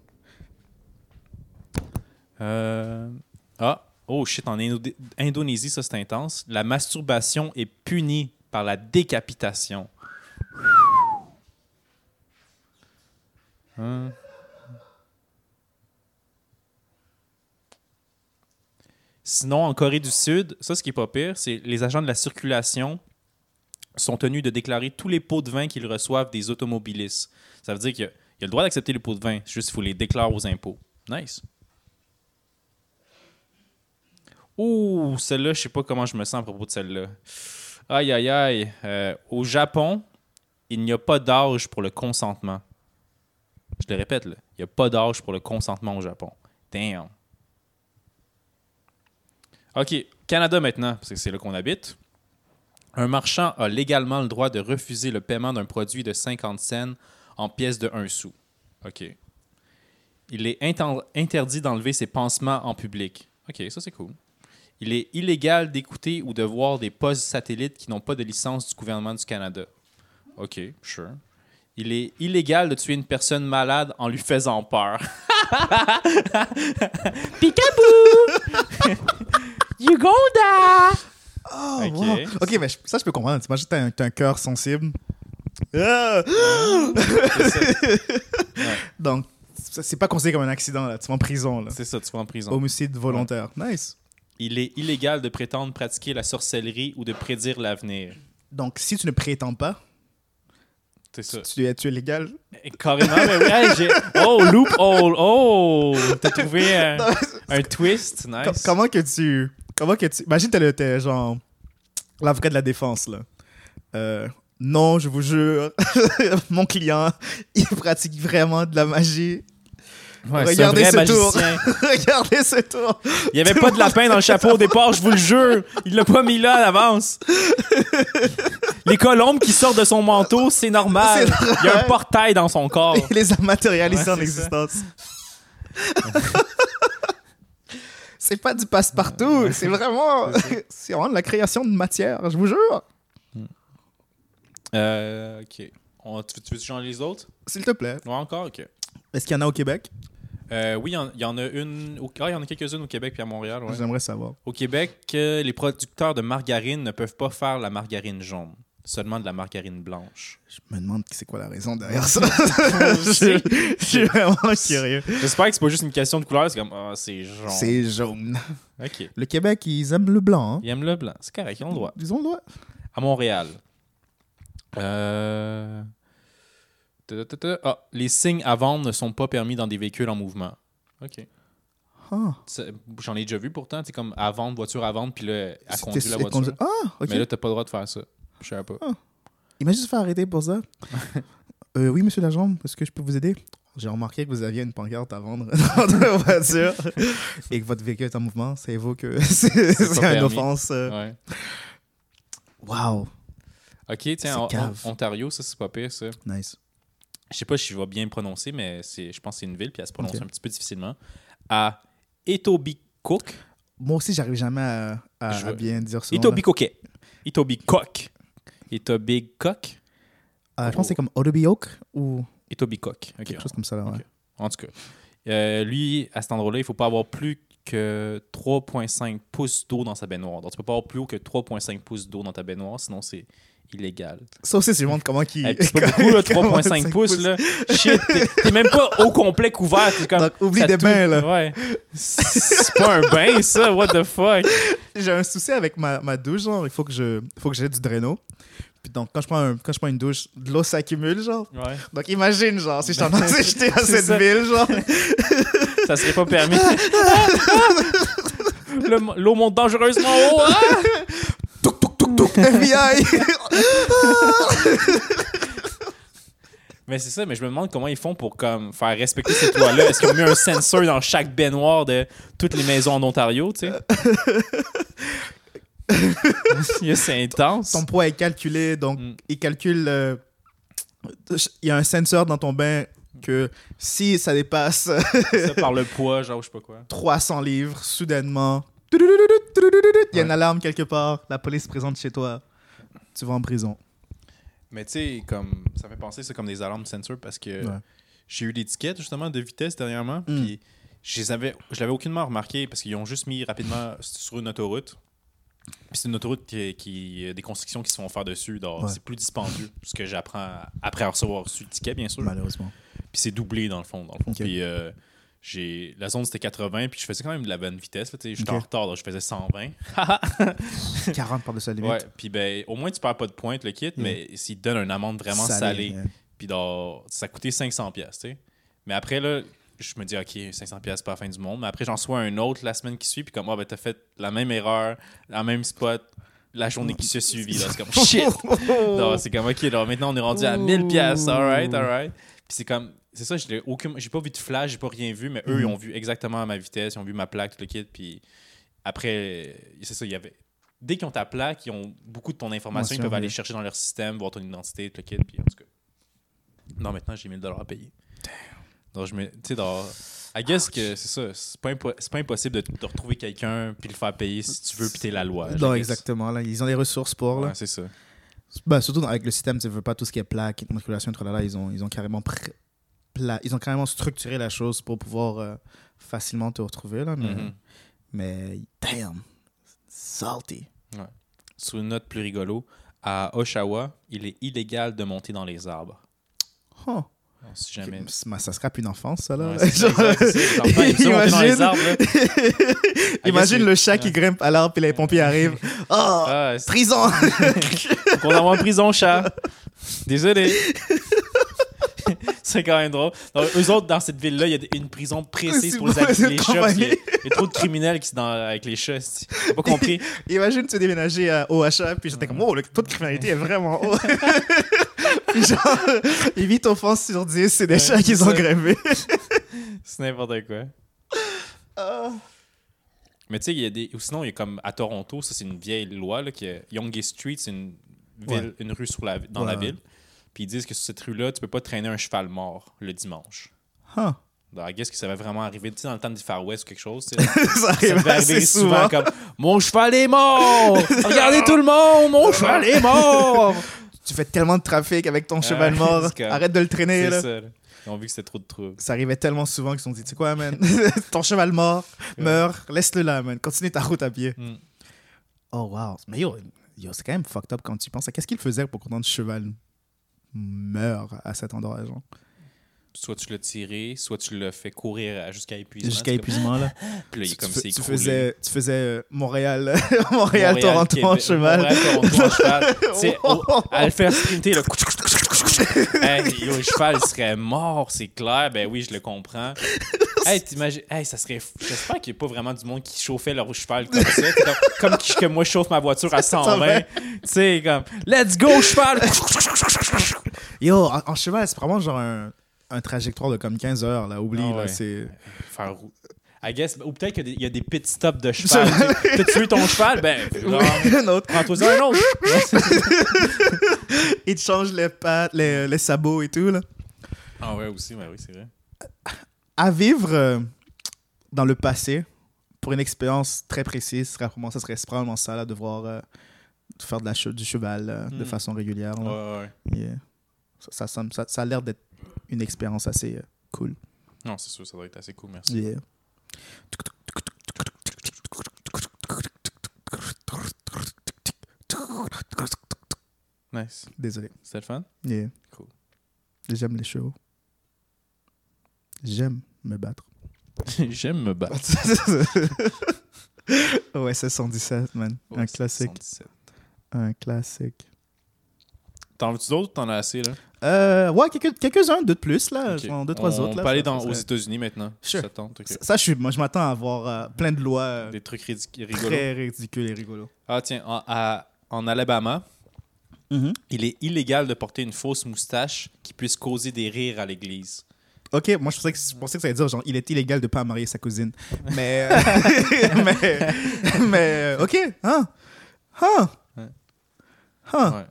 Speaker 2: Oh shit, en Indonésie, ça c'est intense. La masturbation est punie par la décapitation. Sinon, en Corée du Sud, ça, ce qui est pas pire, c'est les agents de la circulation sont tenus de déclarer tous les pots de vin qu'ils reçoivent des automobilistes. Ça veut dire qu'il y a le droit d'accepter les pots de vin, juste il faut les déclarer aux impôts. Nice. Ouh, celle-là, je sais pas comment je me sens à propos de celle-là. Aïe, aïe, aïe. Au Japon, il n'y a pas d'âge pour le consentement. Je le répète, là. Il n'y a pas d'âge pour le consentement au Japon. Damn. OK, Canada maintenant, parce que c'est là qu'on habite. Un marchand a légalement le droit de refuser le paiement d'un produit de 50 cents en pièces de 1 sou. OK. Il est interdit d'enlever ses pansements en public. OK, ça c'est cool. Il est illégal d'écouter ou de voir des postes satellites qui n'ont pas de licence du gouvernement du Canada. OK, sure. Il est illégal de tuer une personne malade en lui faisant peur. Peekaboo! You go da!
Speaker 1: Oh, okay. Wow. OK, mais ça, je peux comprendre. T'imagines que t'as un cœur sensible. Ouais. Donc, c'est pas considéré comme un accident, là. Tu vas en prison, là.
Speaker 2: C'est ça, tu vas en prison.
Speaker 1: Homicide volontaire. Ouais. Nice.
Speaker 2: Il est illégal de prétendre pratiquer la sorcellerie ou de prédire l'avenir.
Speaker 1: Donc, si tu ne prétends pas,
Speaker 2: c'est ça.
Speaker 1: Tu es légal.
Speaker 2: Carrément, mais oui. Hey, loophole. Oh! T'as trouvé un twist. Nice.
Speaker 1: Comment que tu... Imagine, t'es genre l'avocat de la défense, là. Non, je vous jure, mon client, il pratique vraiment de la magie.
Speaker 2: Ouais,
Speaker 1: Regardez
Speaker 2: c'est un vrai
Speaker 1: ce tour.
Speaker 2: magicien.
Speaker 1: Regardez ce tour.
Speaker 2: Il n'y avait pas de lapin dans le chapeau au départ, je vous le jure. Il l'a pas mis là à l'avance. Les colombes qui sortent de son manteau, c'est normal. Il y a un portail dans son corps.
Speaker 1: Il les a matérialisés en
Speaker 2: c'est
Speaker 1: existence. C'est pas du passe-partout, c'est vraiment de la création de matière, je vous jure.
Speaker 2: OK. Tu veux changer les autres?
Speaker 1: S'il te plaît.
Speaker 2: Ouais, encore? OK.
Speaker 1: Est-ce qu'il y en a au Québec?
Speaker 2: Oui, il y en a une. Il y en a quelques-unes au Québec et à Montréal. Ouais.
Speaker 1: J'aimerais savoir.
Speaker 2: Au Québec, les producteurs de margarine ne peuvent pas faire la margarine jaune, seulement de la margarine blanche.
Speaker 1: Je me demande c'est quoi la raison derrière ça. Je suis vraiment curieux.
Speaker 2: J'espère que c'est pas juste une question de couleur, c'est comme c'est jaune.
Speaker 1: C'est jaune.
Speaker 2: OK.
Speaker 1: Le Québec, ils aiment le blanc. Hein?
Speaker 2: Ils aiment le blanc. C'est correct, ils ont le droit.
Speaker 1: Ils ont le droit.
Speaker 2: À Montréal. Les signes à vendre ne sont pas permis dans des véhicules en mouvement. OK. J'en ai déjà vu pourtant. C'est comme à vendre, voiture à vendre, puis là, à conduire la voiture.
Speaker 1: OK.
Speaker 2: Mais là, t'as pas le droit de faire ça. Je savais pas.
Speaker 1: Imagine se faire arrêter pour ça. Oui, monsieur l'agent, est-ce que je peux vous aider? J'ai remarqué que vous aviez une pancarte à vendre dans votre voiture et que votre véhicule est en mouvement. Savez-vous que c'est une offense?
Speaker 2: Ouais.
Speaker 1: Wow.
Speaker 2: OK, tiens, Ontario, ça, c'est pas pire, ça.
Speaker 1: Nice.
Speaker 2: Je sais pas si je vais bien le prononcer, mais je pense que c'est une ville, puis elle se prononce un petit peu difficilement. À Etobicoke.
Speaker 1: Moi aussi, j'arrive jamais à bien dire ça.
Speaker 2: Etobicoke. Etobicoke. Etobicoke.
Speaker 1: Je pense que c'est comme Etobicoke ou...
Speaker 2: Etobicoke. Okay.
Speaker 1: Quelque chose comme ça, là, ouais.
Speaker 2: Okay. En tout cas, lui, à cet endroit-là, il faut pas avoir plus que 3,5 pouces d'eau dans sa baignoire. Donc, tu peux pas avoir plus haut que 3,5 pouces d'eau dans ta baignoire, sinon c'est illégal.
Speaker 1: Ça aussi, je montre comment qui...
Speaker 2: C'est pas beaucoup, là, 3,5 pouces, là. Shit, t'es même pas au complet couvert. Comme,
Speaker 1: donc, oublie des bains, là.
Speaker 2: Ouais. C'est pas un bain, ça. What the fuck?
Speaker 1: J'ai un souci avec ma douche, genre. Il faut que j'ai du draino. Puis donc, quand je prends une douche, de l'eau s'accumule, genre.
Speaker 2: Ouais.
Speaker 1: Donc, imagine, genre, si je t'en ai jeté à cette ville, genre.
Speaker 2: Ça serait pas permis. L'eau monte dangereusement haut.
Speaker 1: Touk, touk, touk, touk, FBI!
Speaker 2: Mais c'est ça, mais je me demande comment ils font pour comme, faire respecter cette loi-là. Est-ce qu'ils ont mis un sensor dans chaque baignoire de toutes les maisons en Ontario, tu sais? C'est intense.
Speaker 1: Ton poids est calculé, donc il calcule... il y a un sensor dans ton bain que si ça dépasse...
Speaker 2: ça par le poids, genre je sais pas quoi.
Speaker 1: 300 livres, soudainement... Il y a une alarme quelque part, la police se présente chez toi, tu vas en prison.
Speaker 2: Mais tu sais, comme ça fait penser ça comme des alarmes sensor parce que j'ai eu l'étiquette justement de vitesse dernièrement, puis je l'avais aucunement remarqué parce qu'ils ont juste mis rapidement sur une autoroute. Puis c'est une autoroute qui des constructions qui se font faire dessus, donc c'est plus dispendieux, ce que j'apprends après recevoir reçu le ticket bien sûr.
Speaker 1: Malheureusement.
Speaker 2: Puis c'est doublé dans le fond.
Speaker 1: Okay.
Speaker 2: Puis la zone c'était 80, puis je faisais quand même de la bonne vitesse. J'étais en retard, donc je faisais 120.
Speaker 1: 40 par-dessus la limite.
Speaker 2: Ouais, puis ben, au moins tu perds pas de pointe le kit, mais s'il te donne une amende vraiment salée, puis ça coûtait 500$, tu sais. Mais après, là, je me dis, OK, 500$, c'est pas la fin du monde. Mais après, j'en reçois un autre la semaine qui suit, puis comme, ben, t'as fait la même erreur, la même spot, la journée qui se suivit. C'est comme, shit! Non, c'est comme, OK, là, maintenant, on est rendu à 1000$. All right. Puis c'est comme, c'est ça, j'ai pas vu de flash, j'ai pas rien vu, mais eux, ils ont vu exactement ma vitesse, ils ont vu ma plaque, tout le kit, puis après, c'est ça, il y avait... Dès qu'ils ont ta plaque, ils ont beaucoup de ton information, ils peuvent aller chercher dans leur système, voir ton identité, tout le kit, puis en tout cas... Non, maintenant, j'ai 1000$ à payer. Donc, tu sais, I guess que c'est ça, c'est pas impossible de retrouver quelqu'un puis le faire payer si tu veux, puis t'es la loi.
Speaker 1: Non, exactement, là, ils ont les ressources pour, là.
Speaker 2: Ouais, c'est ça.
Speaker 1: Ben, surtout avec le système, tu veux pas tout ce qui est plaque, immatriculation, ils ont carrément ils ont carrément structuré la chose pour pouvoir facilement te retrouver, là, mais damn, salty. Ouais.
Speaker 2: Sur une note plus rigolo, à Oshawa, il est illégal de monter dans les arbres.
Speaker 1: Oh.
Speaker 2: Si jamais...
Speaker 1: Ça scrape une enfance, ça, là. Imagine le chat qui grimpe à l'arbre et les pompiers arrivent. Prison!
Speaker 2: On envoie en prison, chat. Désolé. C'est quand même drôle. Donc, eux autres, dans cette ville-là, il y a une prison précise pour les chats. Il y a trop de criminels qui sont avec les chats. J'ai pas compris.
Speaker 1: Imagine, tu déménager à OHA, puis j'étais comme, oh, le taux de criminalité est vraiment haut. Puis genre, 8 offenses sur 10, c'est des chats qui sont greffés.
Speaker 2: C'est n'importe quoi. Mais tu sais, il y a des... Ou sinon, il y a comme à Toronto, ça, c'est une vieille loi, là, qui est Yonge Street, c'est une rue dans la ville. Puis ils disent que sur cette rue-là, tu peux pas traîner un cheval mort le dimanche. I guess que ça va vraiment arriver, tu sais, dans le temps du Far West ou quelque chose. ça devait arriver souvent comme « Mon cheval est mort! Regardez tout le monde! Mon cheval est mort! »
Speaker 1: Tu fais tellement de trafic avec ton cheval mort. Arrête de le traîner, là.
Speaker 2: Ça, là. Ils ont vu que c'était trop de trouble.
Speaker 1: Ça arrivait tellement souvent qu'ils se sont dit, tu sais quoi, man? Ton cheval mort, meurt, laisse-le là, man. Continue ta route à pied. Oh, wow. Mais yo, c'est quand même fucked up quand tu penses. Qu'est-ce qu'il faisait pour que ton cheval meure à cet endroit, genre?
Speaker 2: Soit tu l'as tiré, soit tu l'as fait courir jusqu'à épuisement.
Speaker 1: Jusqu'à épuisement, là.
Speaker 2: Puis là, il est comme c'est
Speaker 1: tu faisais Montréal-Toronto en cheval.
Speaker 2: Montréal-Toronto en cheval. Tu sais, à le faire sprinter, là. Le cheval serait mort, c'est clair. Ben oui, je le comprends. T'imagines... ça serait... J'espère qu'il n'y a pas vraiment du monde qui chauffait leur cheval comme ça. Comme que moi, je chauffe ma voiture à 120. Tu sais, comme... Let's go, cheval!
Speaker 1: Yo, en cheval, c'est vraiment genre un trajectoire de comme 15 heures, là. Oublie, là, c'est...
Speaker 2: Faire I guess, ou peut-être qu'il y a des pit stops de cheval. T'as tué ton cheval? Ben, prends-toi un autre.
Speaker 1: Il te change les pattes, les sabots et tout, là.
Speaker 2: Ah ouais, aussi, oui, c'est vrai.
Speaker 1: À vivre dans le passé, pour une expérience très précise, ça serait probablement ça, là, de voir faire du cheval de façon régulière. Là.
Speaker 2: Ouais.
Speaker 1: Yeah. Ça a l'air d'être une expérience assez cool.
Speaker 2: Non, c'est sûr, ça doit être assez cool, merci.
Speaker 1: Yeah.
Speaker 2: Nice.
Speaker 1: Désolé.
Speaker 2: C'était le fun?
Speaker 1: Yeah.
Speaker 2: Cool.
Speaker 1: J'aime les chevaux. J'aime me battre.
Speaker 2: J'aime me battre.
Speaker 1: Ouais, c'est 117, man. Un classique.
Speaker 2: 117.
Speaker 1: Un classique.
Speaker 2: T'en veux-tu d'autres ou t'en as assez, là?
Speaker 1: Ouais, quelques-uns de plus, là.
Speaker 2: Okay.
Speaker 1: Genre 2-3 autres.
Speaker 2: On peut aller aux États-unis maintenant.
Speaker 1: Sure.
Speaker 2: Ça tente, okay.
Speaker 1: Ça, moi, je m'attends à avoir plein de lois.
Speaker 2: Des trucs rigolos.
Speaker 1: Très ridicules et rigolos.
Speaker 2: Ah, tiens, en Alabama, il est illégal de porter une fausse moustache qui puisse causer des rires à l'église.
Speaker 1: Ok, moi je pensais que ça allait dire genre il est illégal de pas marier sa cousine. Mais ok,
Speaker 2: Ouais.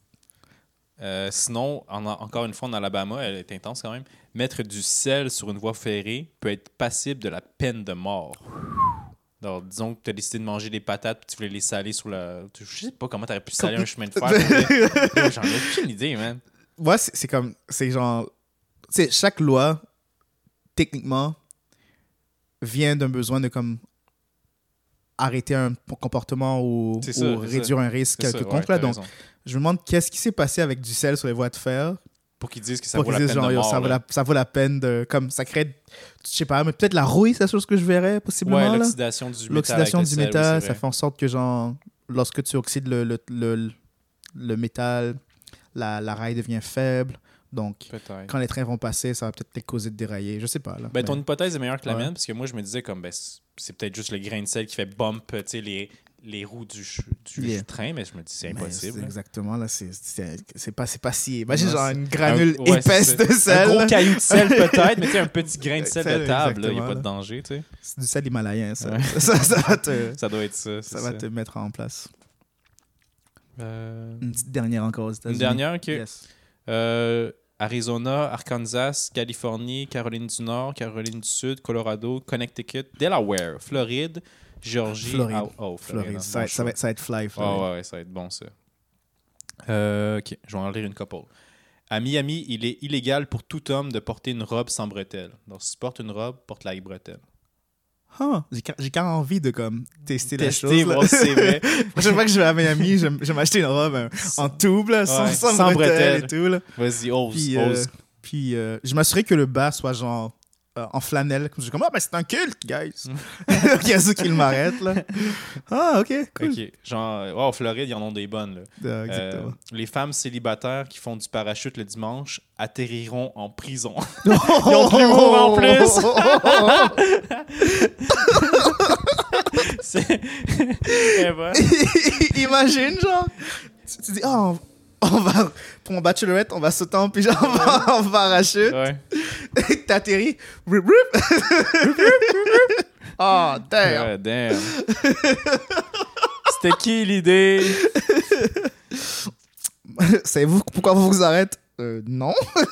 Speaker 2: Sinon, encore une fois en Alabama, elle est intense quand même. Mettre du sel sur une voie ferrée peut être passible de la peine de mort. Alors, disons que tu as décidé de manger des patates et tu voulais les saler sur la... Je sais pas comment tu aurais pu saler un chemin de fer. J'en ai aucune idée, man.
Speaker 1: Ouais, c'est genre... Tu sais, chaque loi, techniquement, vient d'un besoin de comme arrêter un comportement ou réduire un risque quelconque. Ouais, donc, je me demande qu'est-ce qui s'est passé avec du sel sur les voies de fer.
Speaker 2: Pour qu'ils disent que ça vaut la peine de mort.
Speaker 1: Ça vaut la peine de... Comme ça crée... Je sais pas, mais peut-être la rouille, c'est la chose que je verrais, possiblement. Ouais,
Speaker 2: l'oxydation du métal.
Speaker 1: L'oxydation du métal, ça fait en sorte que, genre, lorsque tu oxydes le métal, la raille devient faible. Donc, quand les trains vont passer, ça va peut-être les causer de dérailler. Je sais pas, là.
Speaker 2: Ton hypothèse est meilleure que la mienne, parce que moi, je me disais, comme, c'est peut-être juste le grain de sel qui fait bump, tu sais, les roues du train, mais je me dis c'est impossible.
Speaker 1: C'est exactement, là, c'est pas si... Imagine genre une granule épaisse de sel.
Speaker 2: Un gros caillou de sel peut-être, mais tu sais, un petit grain de sel de table, il n'y a pas de danger, tu sais.
Speaker 1: C'est du sel himalayen, ça.
Speaker 2: Ouais. Ça doit être ça.
Speaker 1: Ça va te mettre en place.
Speaker 2: Une
Speaker 1: petite dernière encore aux États-Unis.
Speaker 2: Une dernière, OK.
Speaker 1: Yes.
Speaker 2: Arizona, Arkansas, Californie, Caroline du Nord, Caroline du Sud, Colorado, Connecticut, Delaware, Floride, Géorgie.
Speaker 1: Floride. Ça va être fly.
Speaker 2: Ouais, ça va être bon, ça. OK, je vais en lire une couple. À Miami, il est illégal pour tout homme de porter une robe sans bretelles. Donc, si tu portes une robe, porte-la avec bretelles.
Speaker 1: J'ai quand même envie de comme tester la chose.
Speaker 2: Moi, c'est vrai.
Speaker 1: La prochaine fois que je vais à Miami, je vais m'acheter une robe en tube, là, sans bretelles et tout. Là.
Speaker 2: Vas-y, ose.
Speaker 1: Puis je m'assurais que le bas soit genre en flanelle. Je suis comme, c'est un culte, guys. Il y a ceux qui m'arrêtent, là. OK, cool.
Speaker 2: OK. Genre, au Floride, ils en ont des bonnes, là.
Speaker 1: Exactement.
Speaker 2: Les femmes célibataires qui font du parachute le dimanche atterriront en prison. Ils ont de l'humour en plus.
Speaker 1: Imagine, genre, tu dis, on va pour mon bachelorette, on va sauter en pyjama en parachute.
Speaker 2: Ouais.
Speaker 1: T'atterris. Oh, damn.
Speaker 2: Ouais, damn. C'était qui l'idée?
Speaker 1: Savez-vous pourquoi vous arrêtez? Non.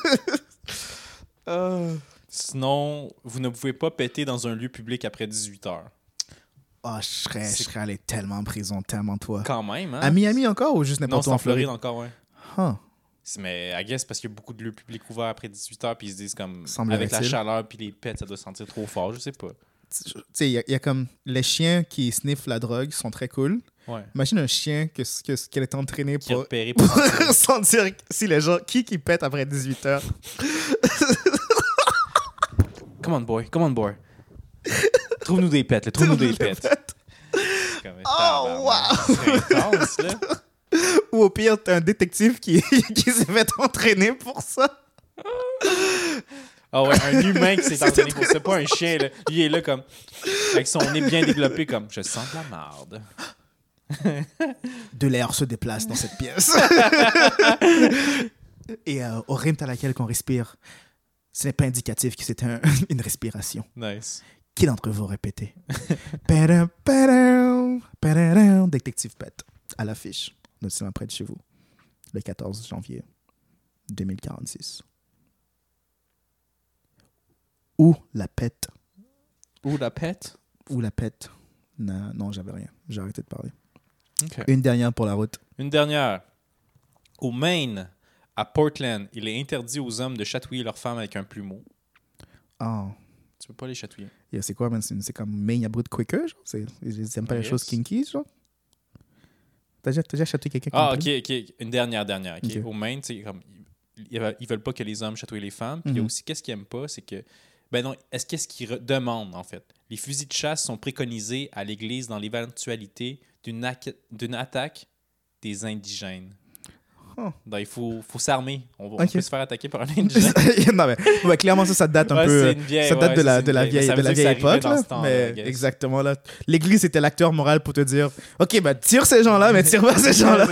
Speaker 2: Sinon, vous ne pouvez pas péter dans un lieu public après 18h.
Speaker 1: Oh, je serais allé tellement en prison, tellement toi.
Speaker 2: Quand même, hein?
Speaker 1: À Miami encore ou juste
Speaker 2: Non,
Speaker 1: n'importe
Speaker 2: c'est
Speaker 1: où
Speaker 2: en
Speaker 1: en Floride?
Speaker 2: encore, ouais.
Speaker 1: Huh.
Speaker 2: Mais I guess parce qu'il y a beaucoup de lieux publics ouverts après 18h, puis ils se disent comme,
Speaker 1: Semblerait-il.
Speaker 2: avec la chaleur puis les pets, ça doit sentir trop fort, je sais pas.
Speaker 1: Tu sais, il y a comme les chiens qui sniffent la drogue, sont très cool.
Speaker 2: Ouais.
Speaker 1: Imagine un chien qu'elle est entraîné
Speaker 2: Qui a
Speaker 1: pour
Speaker 2: repéré pour sentir.
Speaker 1: sentir si les gens qui pète après 18h.
Speaker 2: Come on, boy. Trouve-nous des pets, là. Trouve-nous des pets. Comme,
Speaker 1: Oh, wow!
Speaker 2: C'est intense, là.
Speaker 1: Ou au pire, t'as un détective qui s'est fait entraîner pour ça.
Speaker 2: Ah ouais, un humain qui s'est entraîné pour ça, pas un chien, là. Lui, il est là comme, avec son nez bien développé, comme, je sens de la marde.
Speaker 1: De l'air se déplace dans cette pièce. Et au rythme à laquelle qu'on respire, ce n'est pas indicatif que c'est une respiration.
Speaker 2: Nice.
Speaker 1: Qui d'entre vous répétez? Padam, padam, padam. Détective Pet, à l'affiche, de cinéma près de chez vous, le 14 janvier 2046. Ou la pète.
Speaker 2: Ou la pète?
Speaker 1: Ou la pète. Non, j'avais rien. J'ai arrêté de parler.
Speaker 2: Okay.
Speaker 1: Une dernière pour la route.
Speaker 2: Une dernière. Au Maine, à Portland, il est interdit aux hommes de chatouiller leurs femmes avec un plumeau.
Speaker 1: Oh.
Speaker 2: Tu peux pas les chatouiller.
Speaker 1: Yeah, c'est quoi, man? C'est comme Maine, il y a beaucoup de quicker, genre? Ils n'aiment pas les choses kinky, genre? T'as déjà chatouillé quelqu'un qui
Speaker 2: OK. Une dernière. Okay.
Speaker 1: Ok.
Speaker 2: Au Maine, comme, ils veulent pas que les hommes chatouillent les femmes. Puis il y a aussi, qu'est-ce qu'ils aiment pas, c'est que... Ben non, qu'est-ce qu'ils demandent, en fait? Les fusils de chasse sont préconisés à l'Église dans l'éventualité d'une attaque des indigènes.
Speaker 1: Oh.
Speaker 2: Donc, il faut s'armer. On
Speaker 1: Ok.
Speaker 2: peut se faire attaquer par un indigène.
Speaker 1: Non, mais clairement, ça date un
Speaker 2: Ouais,
Speaker 1: peu.
Speaker 2: c'est une vieille-
Speaker 1: ça date
Speaker 2: ouais,
Speaker 1: de la,
Speaker 2: c'est
Speaker 1: de la
Speaker 2: une vieille-
Speaker 1: vieille,
Speaker 2: ça
Speaker 1: de
Speaker 2: veut
Speaker 1: la
Speaker 2: dire
Speaker 1: vieille
Speaker 2: que ça arrivait
Speaker 1: époque.
Speaker 2: dans
Speaker 1: Là.
Speaker 2: ce temps-là,
Speaker 1: Mais
Speaker 2: I guess.
Speaker 1: exactement, là. L'Église était l'acteur moral pour te dire OK, ben, tire ces gens-là, mais tire pas ces gens-là.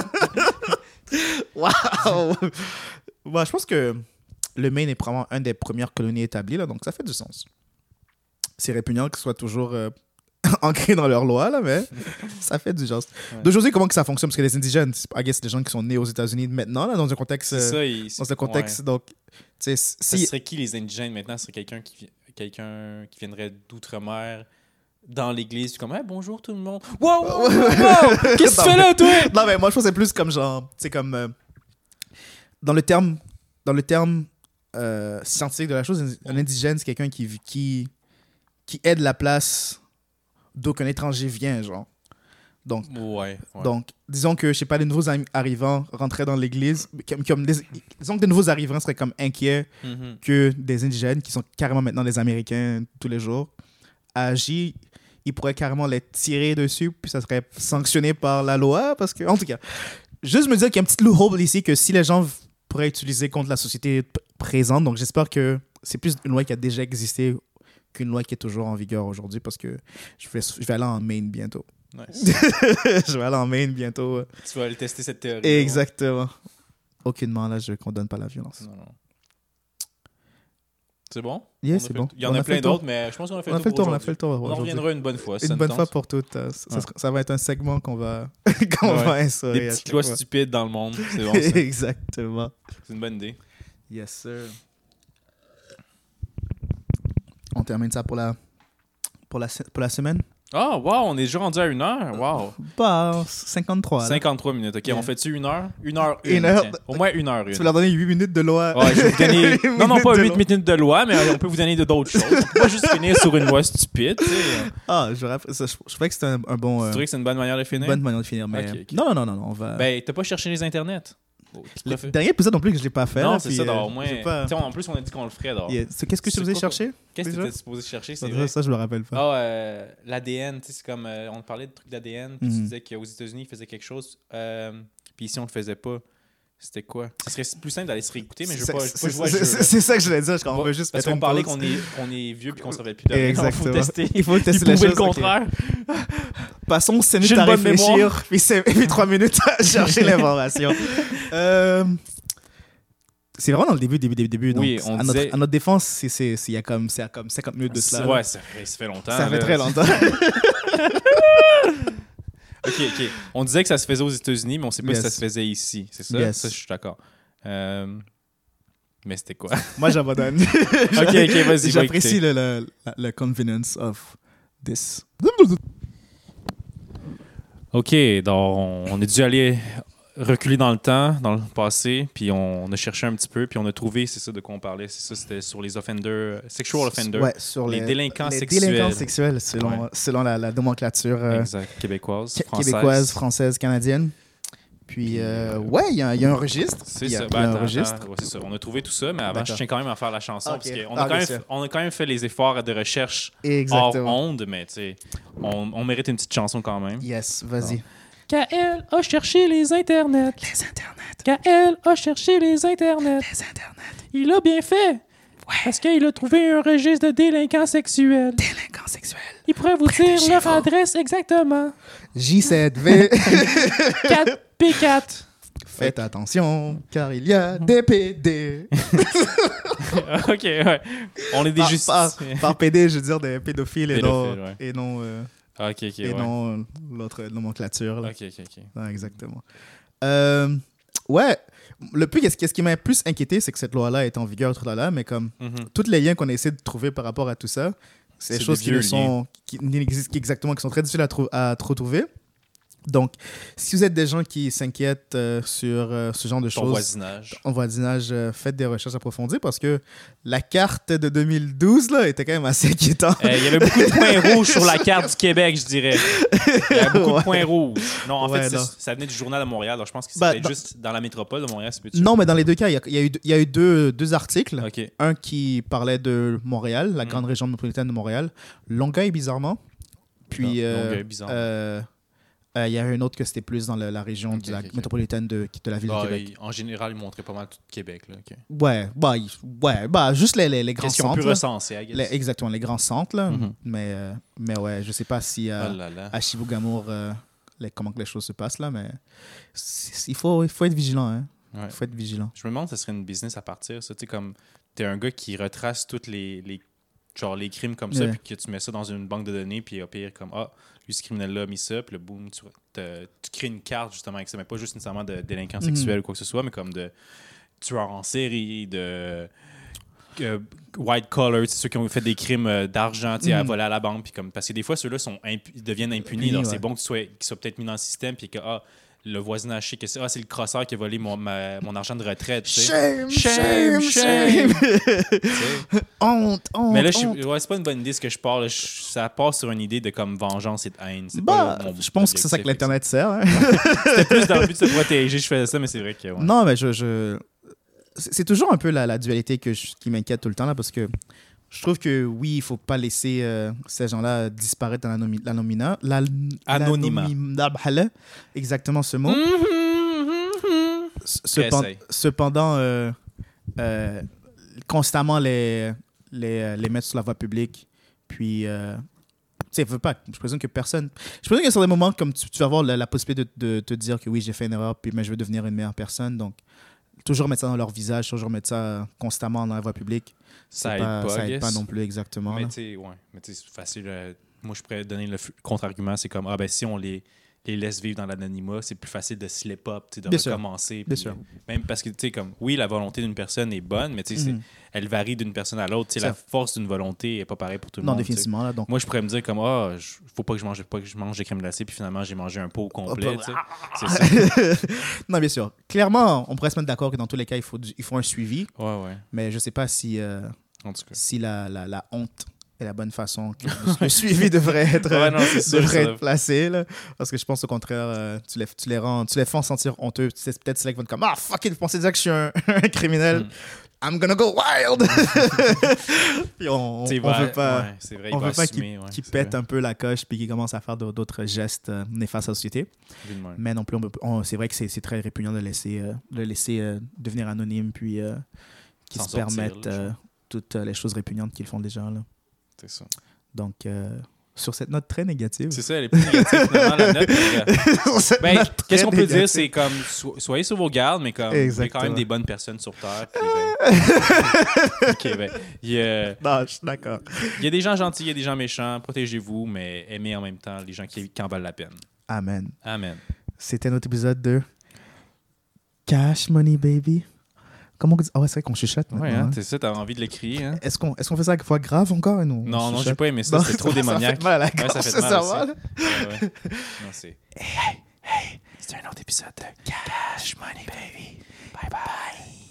Speaker 1: Waouh! Bah, je pense que le Maine est probablement une des premières colonies établies, là, donc ça fait du sens. C'est répugnant que ce soit toujours ancré dans leur loi, là, mais ça fait du sens.
Speaker 2: Ouais.
Speaker 1: D'aujourd'hui, comment que ça fonctionne? Parce que les indigènes, I guess, c'est des gens qui sont nés aux États-Unis maintenant, là, dans un contexte.
Speaker 2: C'est ça,
Speaker 1: Dans ce contexte,
Speaker 2: ouais.
Speaker 1: donc, tu sais,
Speaker 2: Ça
Speaker 1: si.
Speaker 2: serait qui les indigènes maintenant? Ce serait quelqu'un qui viendrait d'outre-mer dans l'église, comme hey, bonjour tout le monde. Wow! Qu'est-ce que tu fais là, toi?
Speaker 1: Non, mais moi, je pense que c'est plus comme genre. C'est comme. Dans le terme scientifique de la chose, un indigène, c'est quelqu'un qui aide la place d'aucun étranger vient, genre. Donc, donc, disons que, je sais pas, les nouveaux arrivants rentraient dans l'église, disons que des nouveaux arrivants seraient comme inquiets
Speaker 2: Mm-hmm.
Speaker 1: que des indigènes, qui sont carrément maintenant des Américains tous les jours, agissent, ils pourraient carrément les tirer dessus, puis ça serait sanctionné par la loi, parce que, en tout cas, juste me dire qu'il y a un petit loophole ici que si les gens pourraient utiliser contre la société présente, donc j'espère que c'est plus une loi qui a déjà existé qu'une loi qui est toujours en vigueur aujourd'hui, parce que je vais aller en Maine bientôt.
Speaker 2: Nice.
Speaker 1: Je vais aller en Maine bientôt.
Speaker 2: Tu vas aller tester cette théorie.
Speaker 1: Exactement. Aucunement, là, je condamne pas la violence.
Speaker 2: Non. C'est bon?
Speaker 1: Yeah, c'est bon.
Speaker 2: Il y en a plein d'autres, mais je pense qu'on a fait le tour.
Speaker 1: On a fait le tour.
Speaker 2: On en reviendra une bonne fois.
Speaker 1: Une bonne fois pour toutes. Ça va être un segment qu'on va instaurer.
Speaker 2: Des petites lois stupides dans le monde. C'est bon, ça.
Speaker 1: Exactement.
Speaker 2: C'est une bonne idée.
Speaker 1: Yes, sir. On termine ça pour la semaine?
Speaker 2: Ah, wow, on est déjà rendu à 1 heure. Wow.
Speaker 1: Bah, 53.
Speaker 2: 53 minutes. OK, on fait-tu 1 heure? 1 heure.
Speaker 1: Une heure.
Speaker 2: Tiens. Au moins 1 heure.
Speaker 1: Tu veux leur donner 8 minutes de loi?
Speaker 2: Ouais, je vais vous donner... non, pas 8
Speaker 1: loi.
Speaker 2: minutes de loi, mais on peut vous donner d'autres choses. On peut pas juste finir sur une loi stupide. Tu sais.
Speaker 1: Ah, je trouvais que c'était un bon...
Speaker 2: Tu trouvais que c'est une bonne manière de finir?
Speaker 1: Bonne manière de finir, mais...
Speaker 2: Ok.
Speaker 1: Non, on va...
Speaker 2: Ben, t'as pas cherché les internets?
Speaker 1: Le dernier épisode non plus que je l'ai pas fait.
Speaker 2: Non,
Speaker 1: là,
Speaker 2: c'est
Speaker 1: puis,
Speaker 2: ça, au moins.
Speaker 1: pas...
Speaker 2: En plus, on a dit qu'on le ferait.
Speaker 1: Yeah. Qu'est-ce que tu faisais chercher?
Speaker 2: Qu'est-ce que
Speaker 1: déjà?
Speaker 2: tu étais supposé chercher? C'est vrai.
Speaker 1: Ça, je me rappelle pas.
Speaker 2: L'ADN, tu sais, c'est comme. On parlait de trucs d'ADN, puis tu disais qu'aux États-Unis, ils faisaient quelque chose, puis ici, on le faisait pas. C'était quoi? Ce serait plus simple d'aller se réécouter, mais je veux pas jouer à ce jeu.
Speaker 1: C'est ça que je voulais dire. On veut juste
Speaker 2: parce qu'on parlait qu'on est vieux puis qu'on savait plus de rien.
Speaker 1: Exactement.
Speaker 2: Il faut tester
Speaker 1: les choses.
Speaker 2: le contraire.
Speaker 1: Passons 5 minutes à réfléchir, puis 3 minutes à chercher l'information. C'est vraiment dans le début.
Speaker 2: Oui,
Speaker 1: donc,
Speaker 2: on
Speaker 1: à,
Speaker 2: disait...
Speaker 1: à notre défense, il y a comme 50 minutes de cela.
Speaker 2: Ouais, ça fait longtemps.
Speaker 1: Ça fait très longtemps.
Speaker 2: OK. On disait que ça se faisait aux États-Unis, mais on sait pas si ça se faisait ici. C'est ça?
Speaker 1: Yes.
Speaker 2: Ça, je suis d'accord. Mais c'était quoi?
Speaker 1: Moi, j'abandonne.
Speaker 2: OK, vas-y.
Speaker 1: J'apprécie le convenience of this.
Speaker 2: OK, donc on a dû aller reculer dans le temps, dans le passé, puis on a cherché un petit peu, puis on a trouvé, c'est ça de quoi on parlait, c'est ça, c'était sur les offenders, sexual offenders,
Speaker 1: ouais, sur
Speaker 2: les délinquants sexuels.
Speaker 1: Les délinquants sexuels, selon la nomenclature
Speaker 2: exact,
Speaker 1: québécoise, française, canadienne. Puis, ouais, il y a un registre.
Speaker 2: C'est ça. Ouais, c'est ça. On a trouvé tout ça, mais avant, je tiens quand même à faire la chanson. Okay. Parce qu'on a quand même fait les efforts de recherche hors onde, mais tu sais, on mérite une petite chanson quand même.
Speaker 1: Yes, vas-y.
Speaker 2: Donc. K.L. a cherché les internets. K.L. a cherché les internets. Il a bien fait. Ouais. Parce qu'il a trouvé un registre de délinquants sexuels. Il pourrait vous dire leur adresse exactement.
Speaker 1: J7V
Speaker 2: 4P4.
Speaker 1: Faites attention, car il y a des PD.
Speaker 2: OK, ouais. On est des
Speaker 1: justiciers. Par PD, je veux dire des pédophiles et non
Speaker 2: OK,
Speaker 1: non l'autre nomenclature. Là.
Speaker 2: OK.
Speaker 1: Non, exactement. Ouais. Le plus, qu'est-ce qui m'a plus inquiété, c'est que cette loi-là est en vigueur tout à l'heure, mais comme tous les liens qu'on essaie de trouver par rapport à tout ça, c'est des choses qui sont très difficiles à trouver. Donc, si vous êtes des gens qui s'inquiètent sur ce genre de choses, en voisinage, faites des recherches approfondies parce que la carte de 2012 là, était quand même assez inquiétante.
Speaker 2: Il y avait beaucoup de points rouges sur la carte du Québec, je dirais. Il y avait beaucoup de points rouges. Non, en fait, ça venait du Journal de Montréal. Alors, je pense que c'était juste dans la métropole de Montréal.
Speaker 1: Non, mais dans les deux cas, il y a eu deux articles. Okay. Un qui parlait de Montréal, la grande région métropolitaine de Montréal. Longueuil, bizarrement. Puis,
Speaker 2: Longueuil, bizarrement.
Speaker 1: Il y avait un autre que c'était plus dans la région métropolitaine de la ville de Québec.
Speaker 2: En général, ils montraient pas mal tout Québec. Là, okay.
Speaker 1: Ouais, juste les grands centres. Qu'est-ce qu'on
Speaker 2: peut recenser,
Speaker 1: exactement, les grands centres. Là. Mais ouais, je sais pas si à Chibougamau, comment que les choses se passent là, mais il faut être vigilant. Hein.
Speaker 2: Ouais.
Speaker 1: Faut être vigilant.
Speaker 2: Je me demande si ça serait une business à partir. Ça. Comme t'es un gars qui retrace tous les crimes comme ça, puis que tu mets ça dans une banque de données, puis au pire, comme lui, ce criminel-là a mis ça, puis le boom, tu crées une carte justement avec ça, mais pas juste nécessairement de délinquants sexuels ou quoi que ce soit, mais comme de tueurs en série, de white collar, ceux qui ont fait des crimes d'argent à voler à la banque, puis parce que des fois, ceux-là deviennent impunis, donc c'est bon qu'ils soient peut-être mis dans le système, puis que le voisinage sait que c'est le crosseur qui a volé mon argent de retraite.
Speaker 1: Shame! Honte.
Speaker 2: Mais là, c'est pas une bonne idée ce que je parle. Ça passe sur une idée de comme vengeance et de haine.
Speaker 1: Je pense que c'est ça que l'Internet sert. Hein?
Speaker 2: C'était plus dans le but de se protéger, je faisais ça, mais c'est vrai que... Ouais.
Speaker 1: Non, mais c'est toujours un peu la dualité qui m'inquiète tout le temps, là, parce que je trouve que oui, il ne faut pas laisser ces gens-là disparaître dans l'anonymat. Exactement ce mot. Cependant, constamment les mettre sur la voie publique. Puis, je présume que personne... Je présume qu'il y a certains moments comme tu vas avoir la possibilité de te dire que oui, j'ai fait une erreur, mais je veux devenir une meilleure personne. Donc, toujours mettre ça dans leur visage, toujours mettre ça constamment dans la voie publique. Ça aide pas non plus exactement.
Speaker 2: Mais tu sais, c'est facile. Moi, je pourrais donner le contre-argument. C'est comme, si on les laisse vivre dans l'anonymat, c'est plus facile de slip up, de recommencer.
Speaker 1: Bien sûr.
Speaker 2: Même parce que, tu sais, comme, oui, la volonté d'une personne est bonne, mais tu sais, elle varie d'une personne à l'autre. La force d'une volonté n'est pas pareille pour tout le monde.
Speaker 1: Non, définitivement. Là, donc...
Speaker 2: Moi, je pourrais me dire comme, faut pas que je mange des crèmes glacées, puis finalement, j'ai mangé un pot complet. C'est ça.
Speaker 1: Non, bien sûr. Clairement, on pourrait se mettre d'accord que dans tous les cas, il faut un suivi.
Speaker 2: Ouais.
Speaker 1: Mais je sais pas si,
Speaker 2: en tout cas,
Speaker 1: si la honte est la bonne façon que le suivi devrait être placé. Là. Parce que je pense au contraire, tu les fais sentir honteux. C'est peut-être ceux qui vont être comme fuck it, vous pensez déjà que je suis un criminel. I'm gonna go wild! Puis on veut pas, qu'ils pètent un peu la coche puis qu'ils commencent à faire d'autres gestes néfastes à la société. Mais non plus, c'est vrai que c'est très répugnant de laisser devenir anonyme puis qu'ils se permettent toutes les choses répugnantes qu'ils font déjà. Là.
Speaker 2: C'est ça.
Speaker 1: Donc, Sur cette note très négative.
Speaker 2: C'est ça, elle est plus négative finalement, la note. Qu'est-ce qu'on peut dire? C'est comme, soyez sur vos gardes, mais comme, il y a quand même des bonnes personnes sur Terre. Puis,
Speaker 1: non, je suis d'accord.
Speaker 2: Il y a des gens gentils, il y a des gens méchants. Protégez-vous, mais aimez en même temps les gens qui en valent la peine.
Speaker 1: Amen.
Speaker 2: Amen.
Speaker 1: C'était notre épisode de Cash Money Baby. Comment on dit? Ouais, c'est vrai qu'on chuchote maintenant.
Speaker 2: Ouais, hein, c'est ça, t'as envie de l'écrire. Hein?
Speaker 1: Est-ce qu'on fait ça avec voix grave encore?
Speaker 2: Non, j'ai pas aimé ça. C'est trop démoniaque.
Speaker 1: Ça fait mal, ça fait mal aussi.
Speaker 2: Ouais. Non, c'est... Hey, c'est un autre épisode de Cash Money Baby. Bye bye.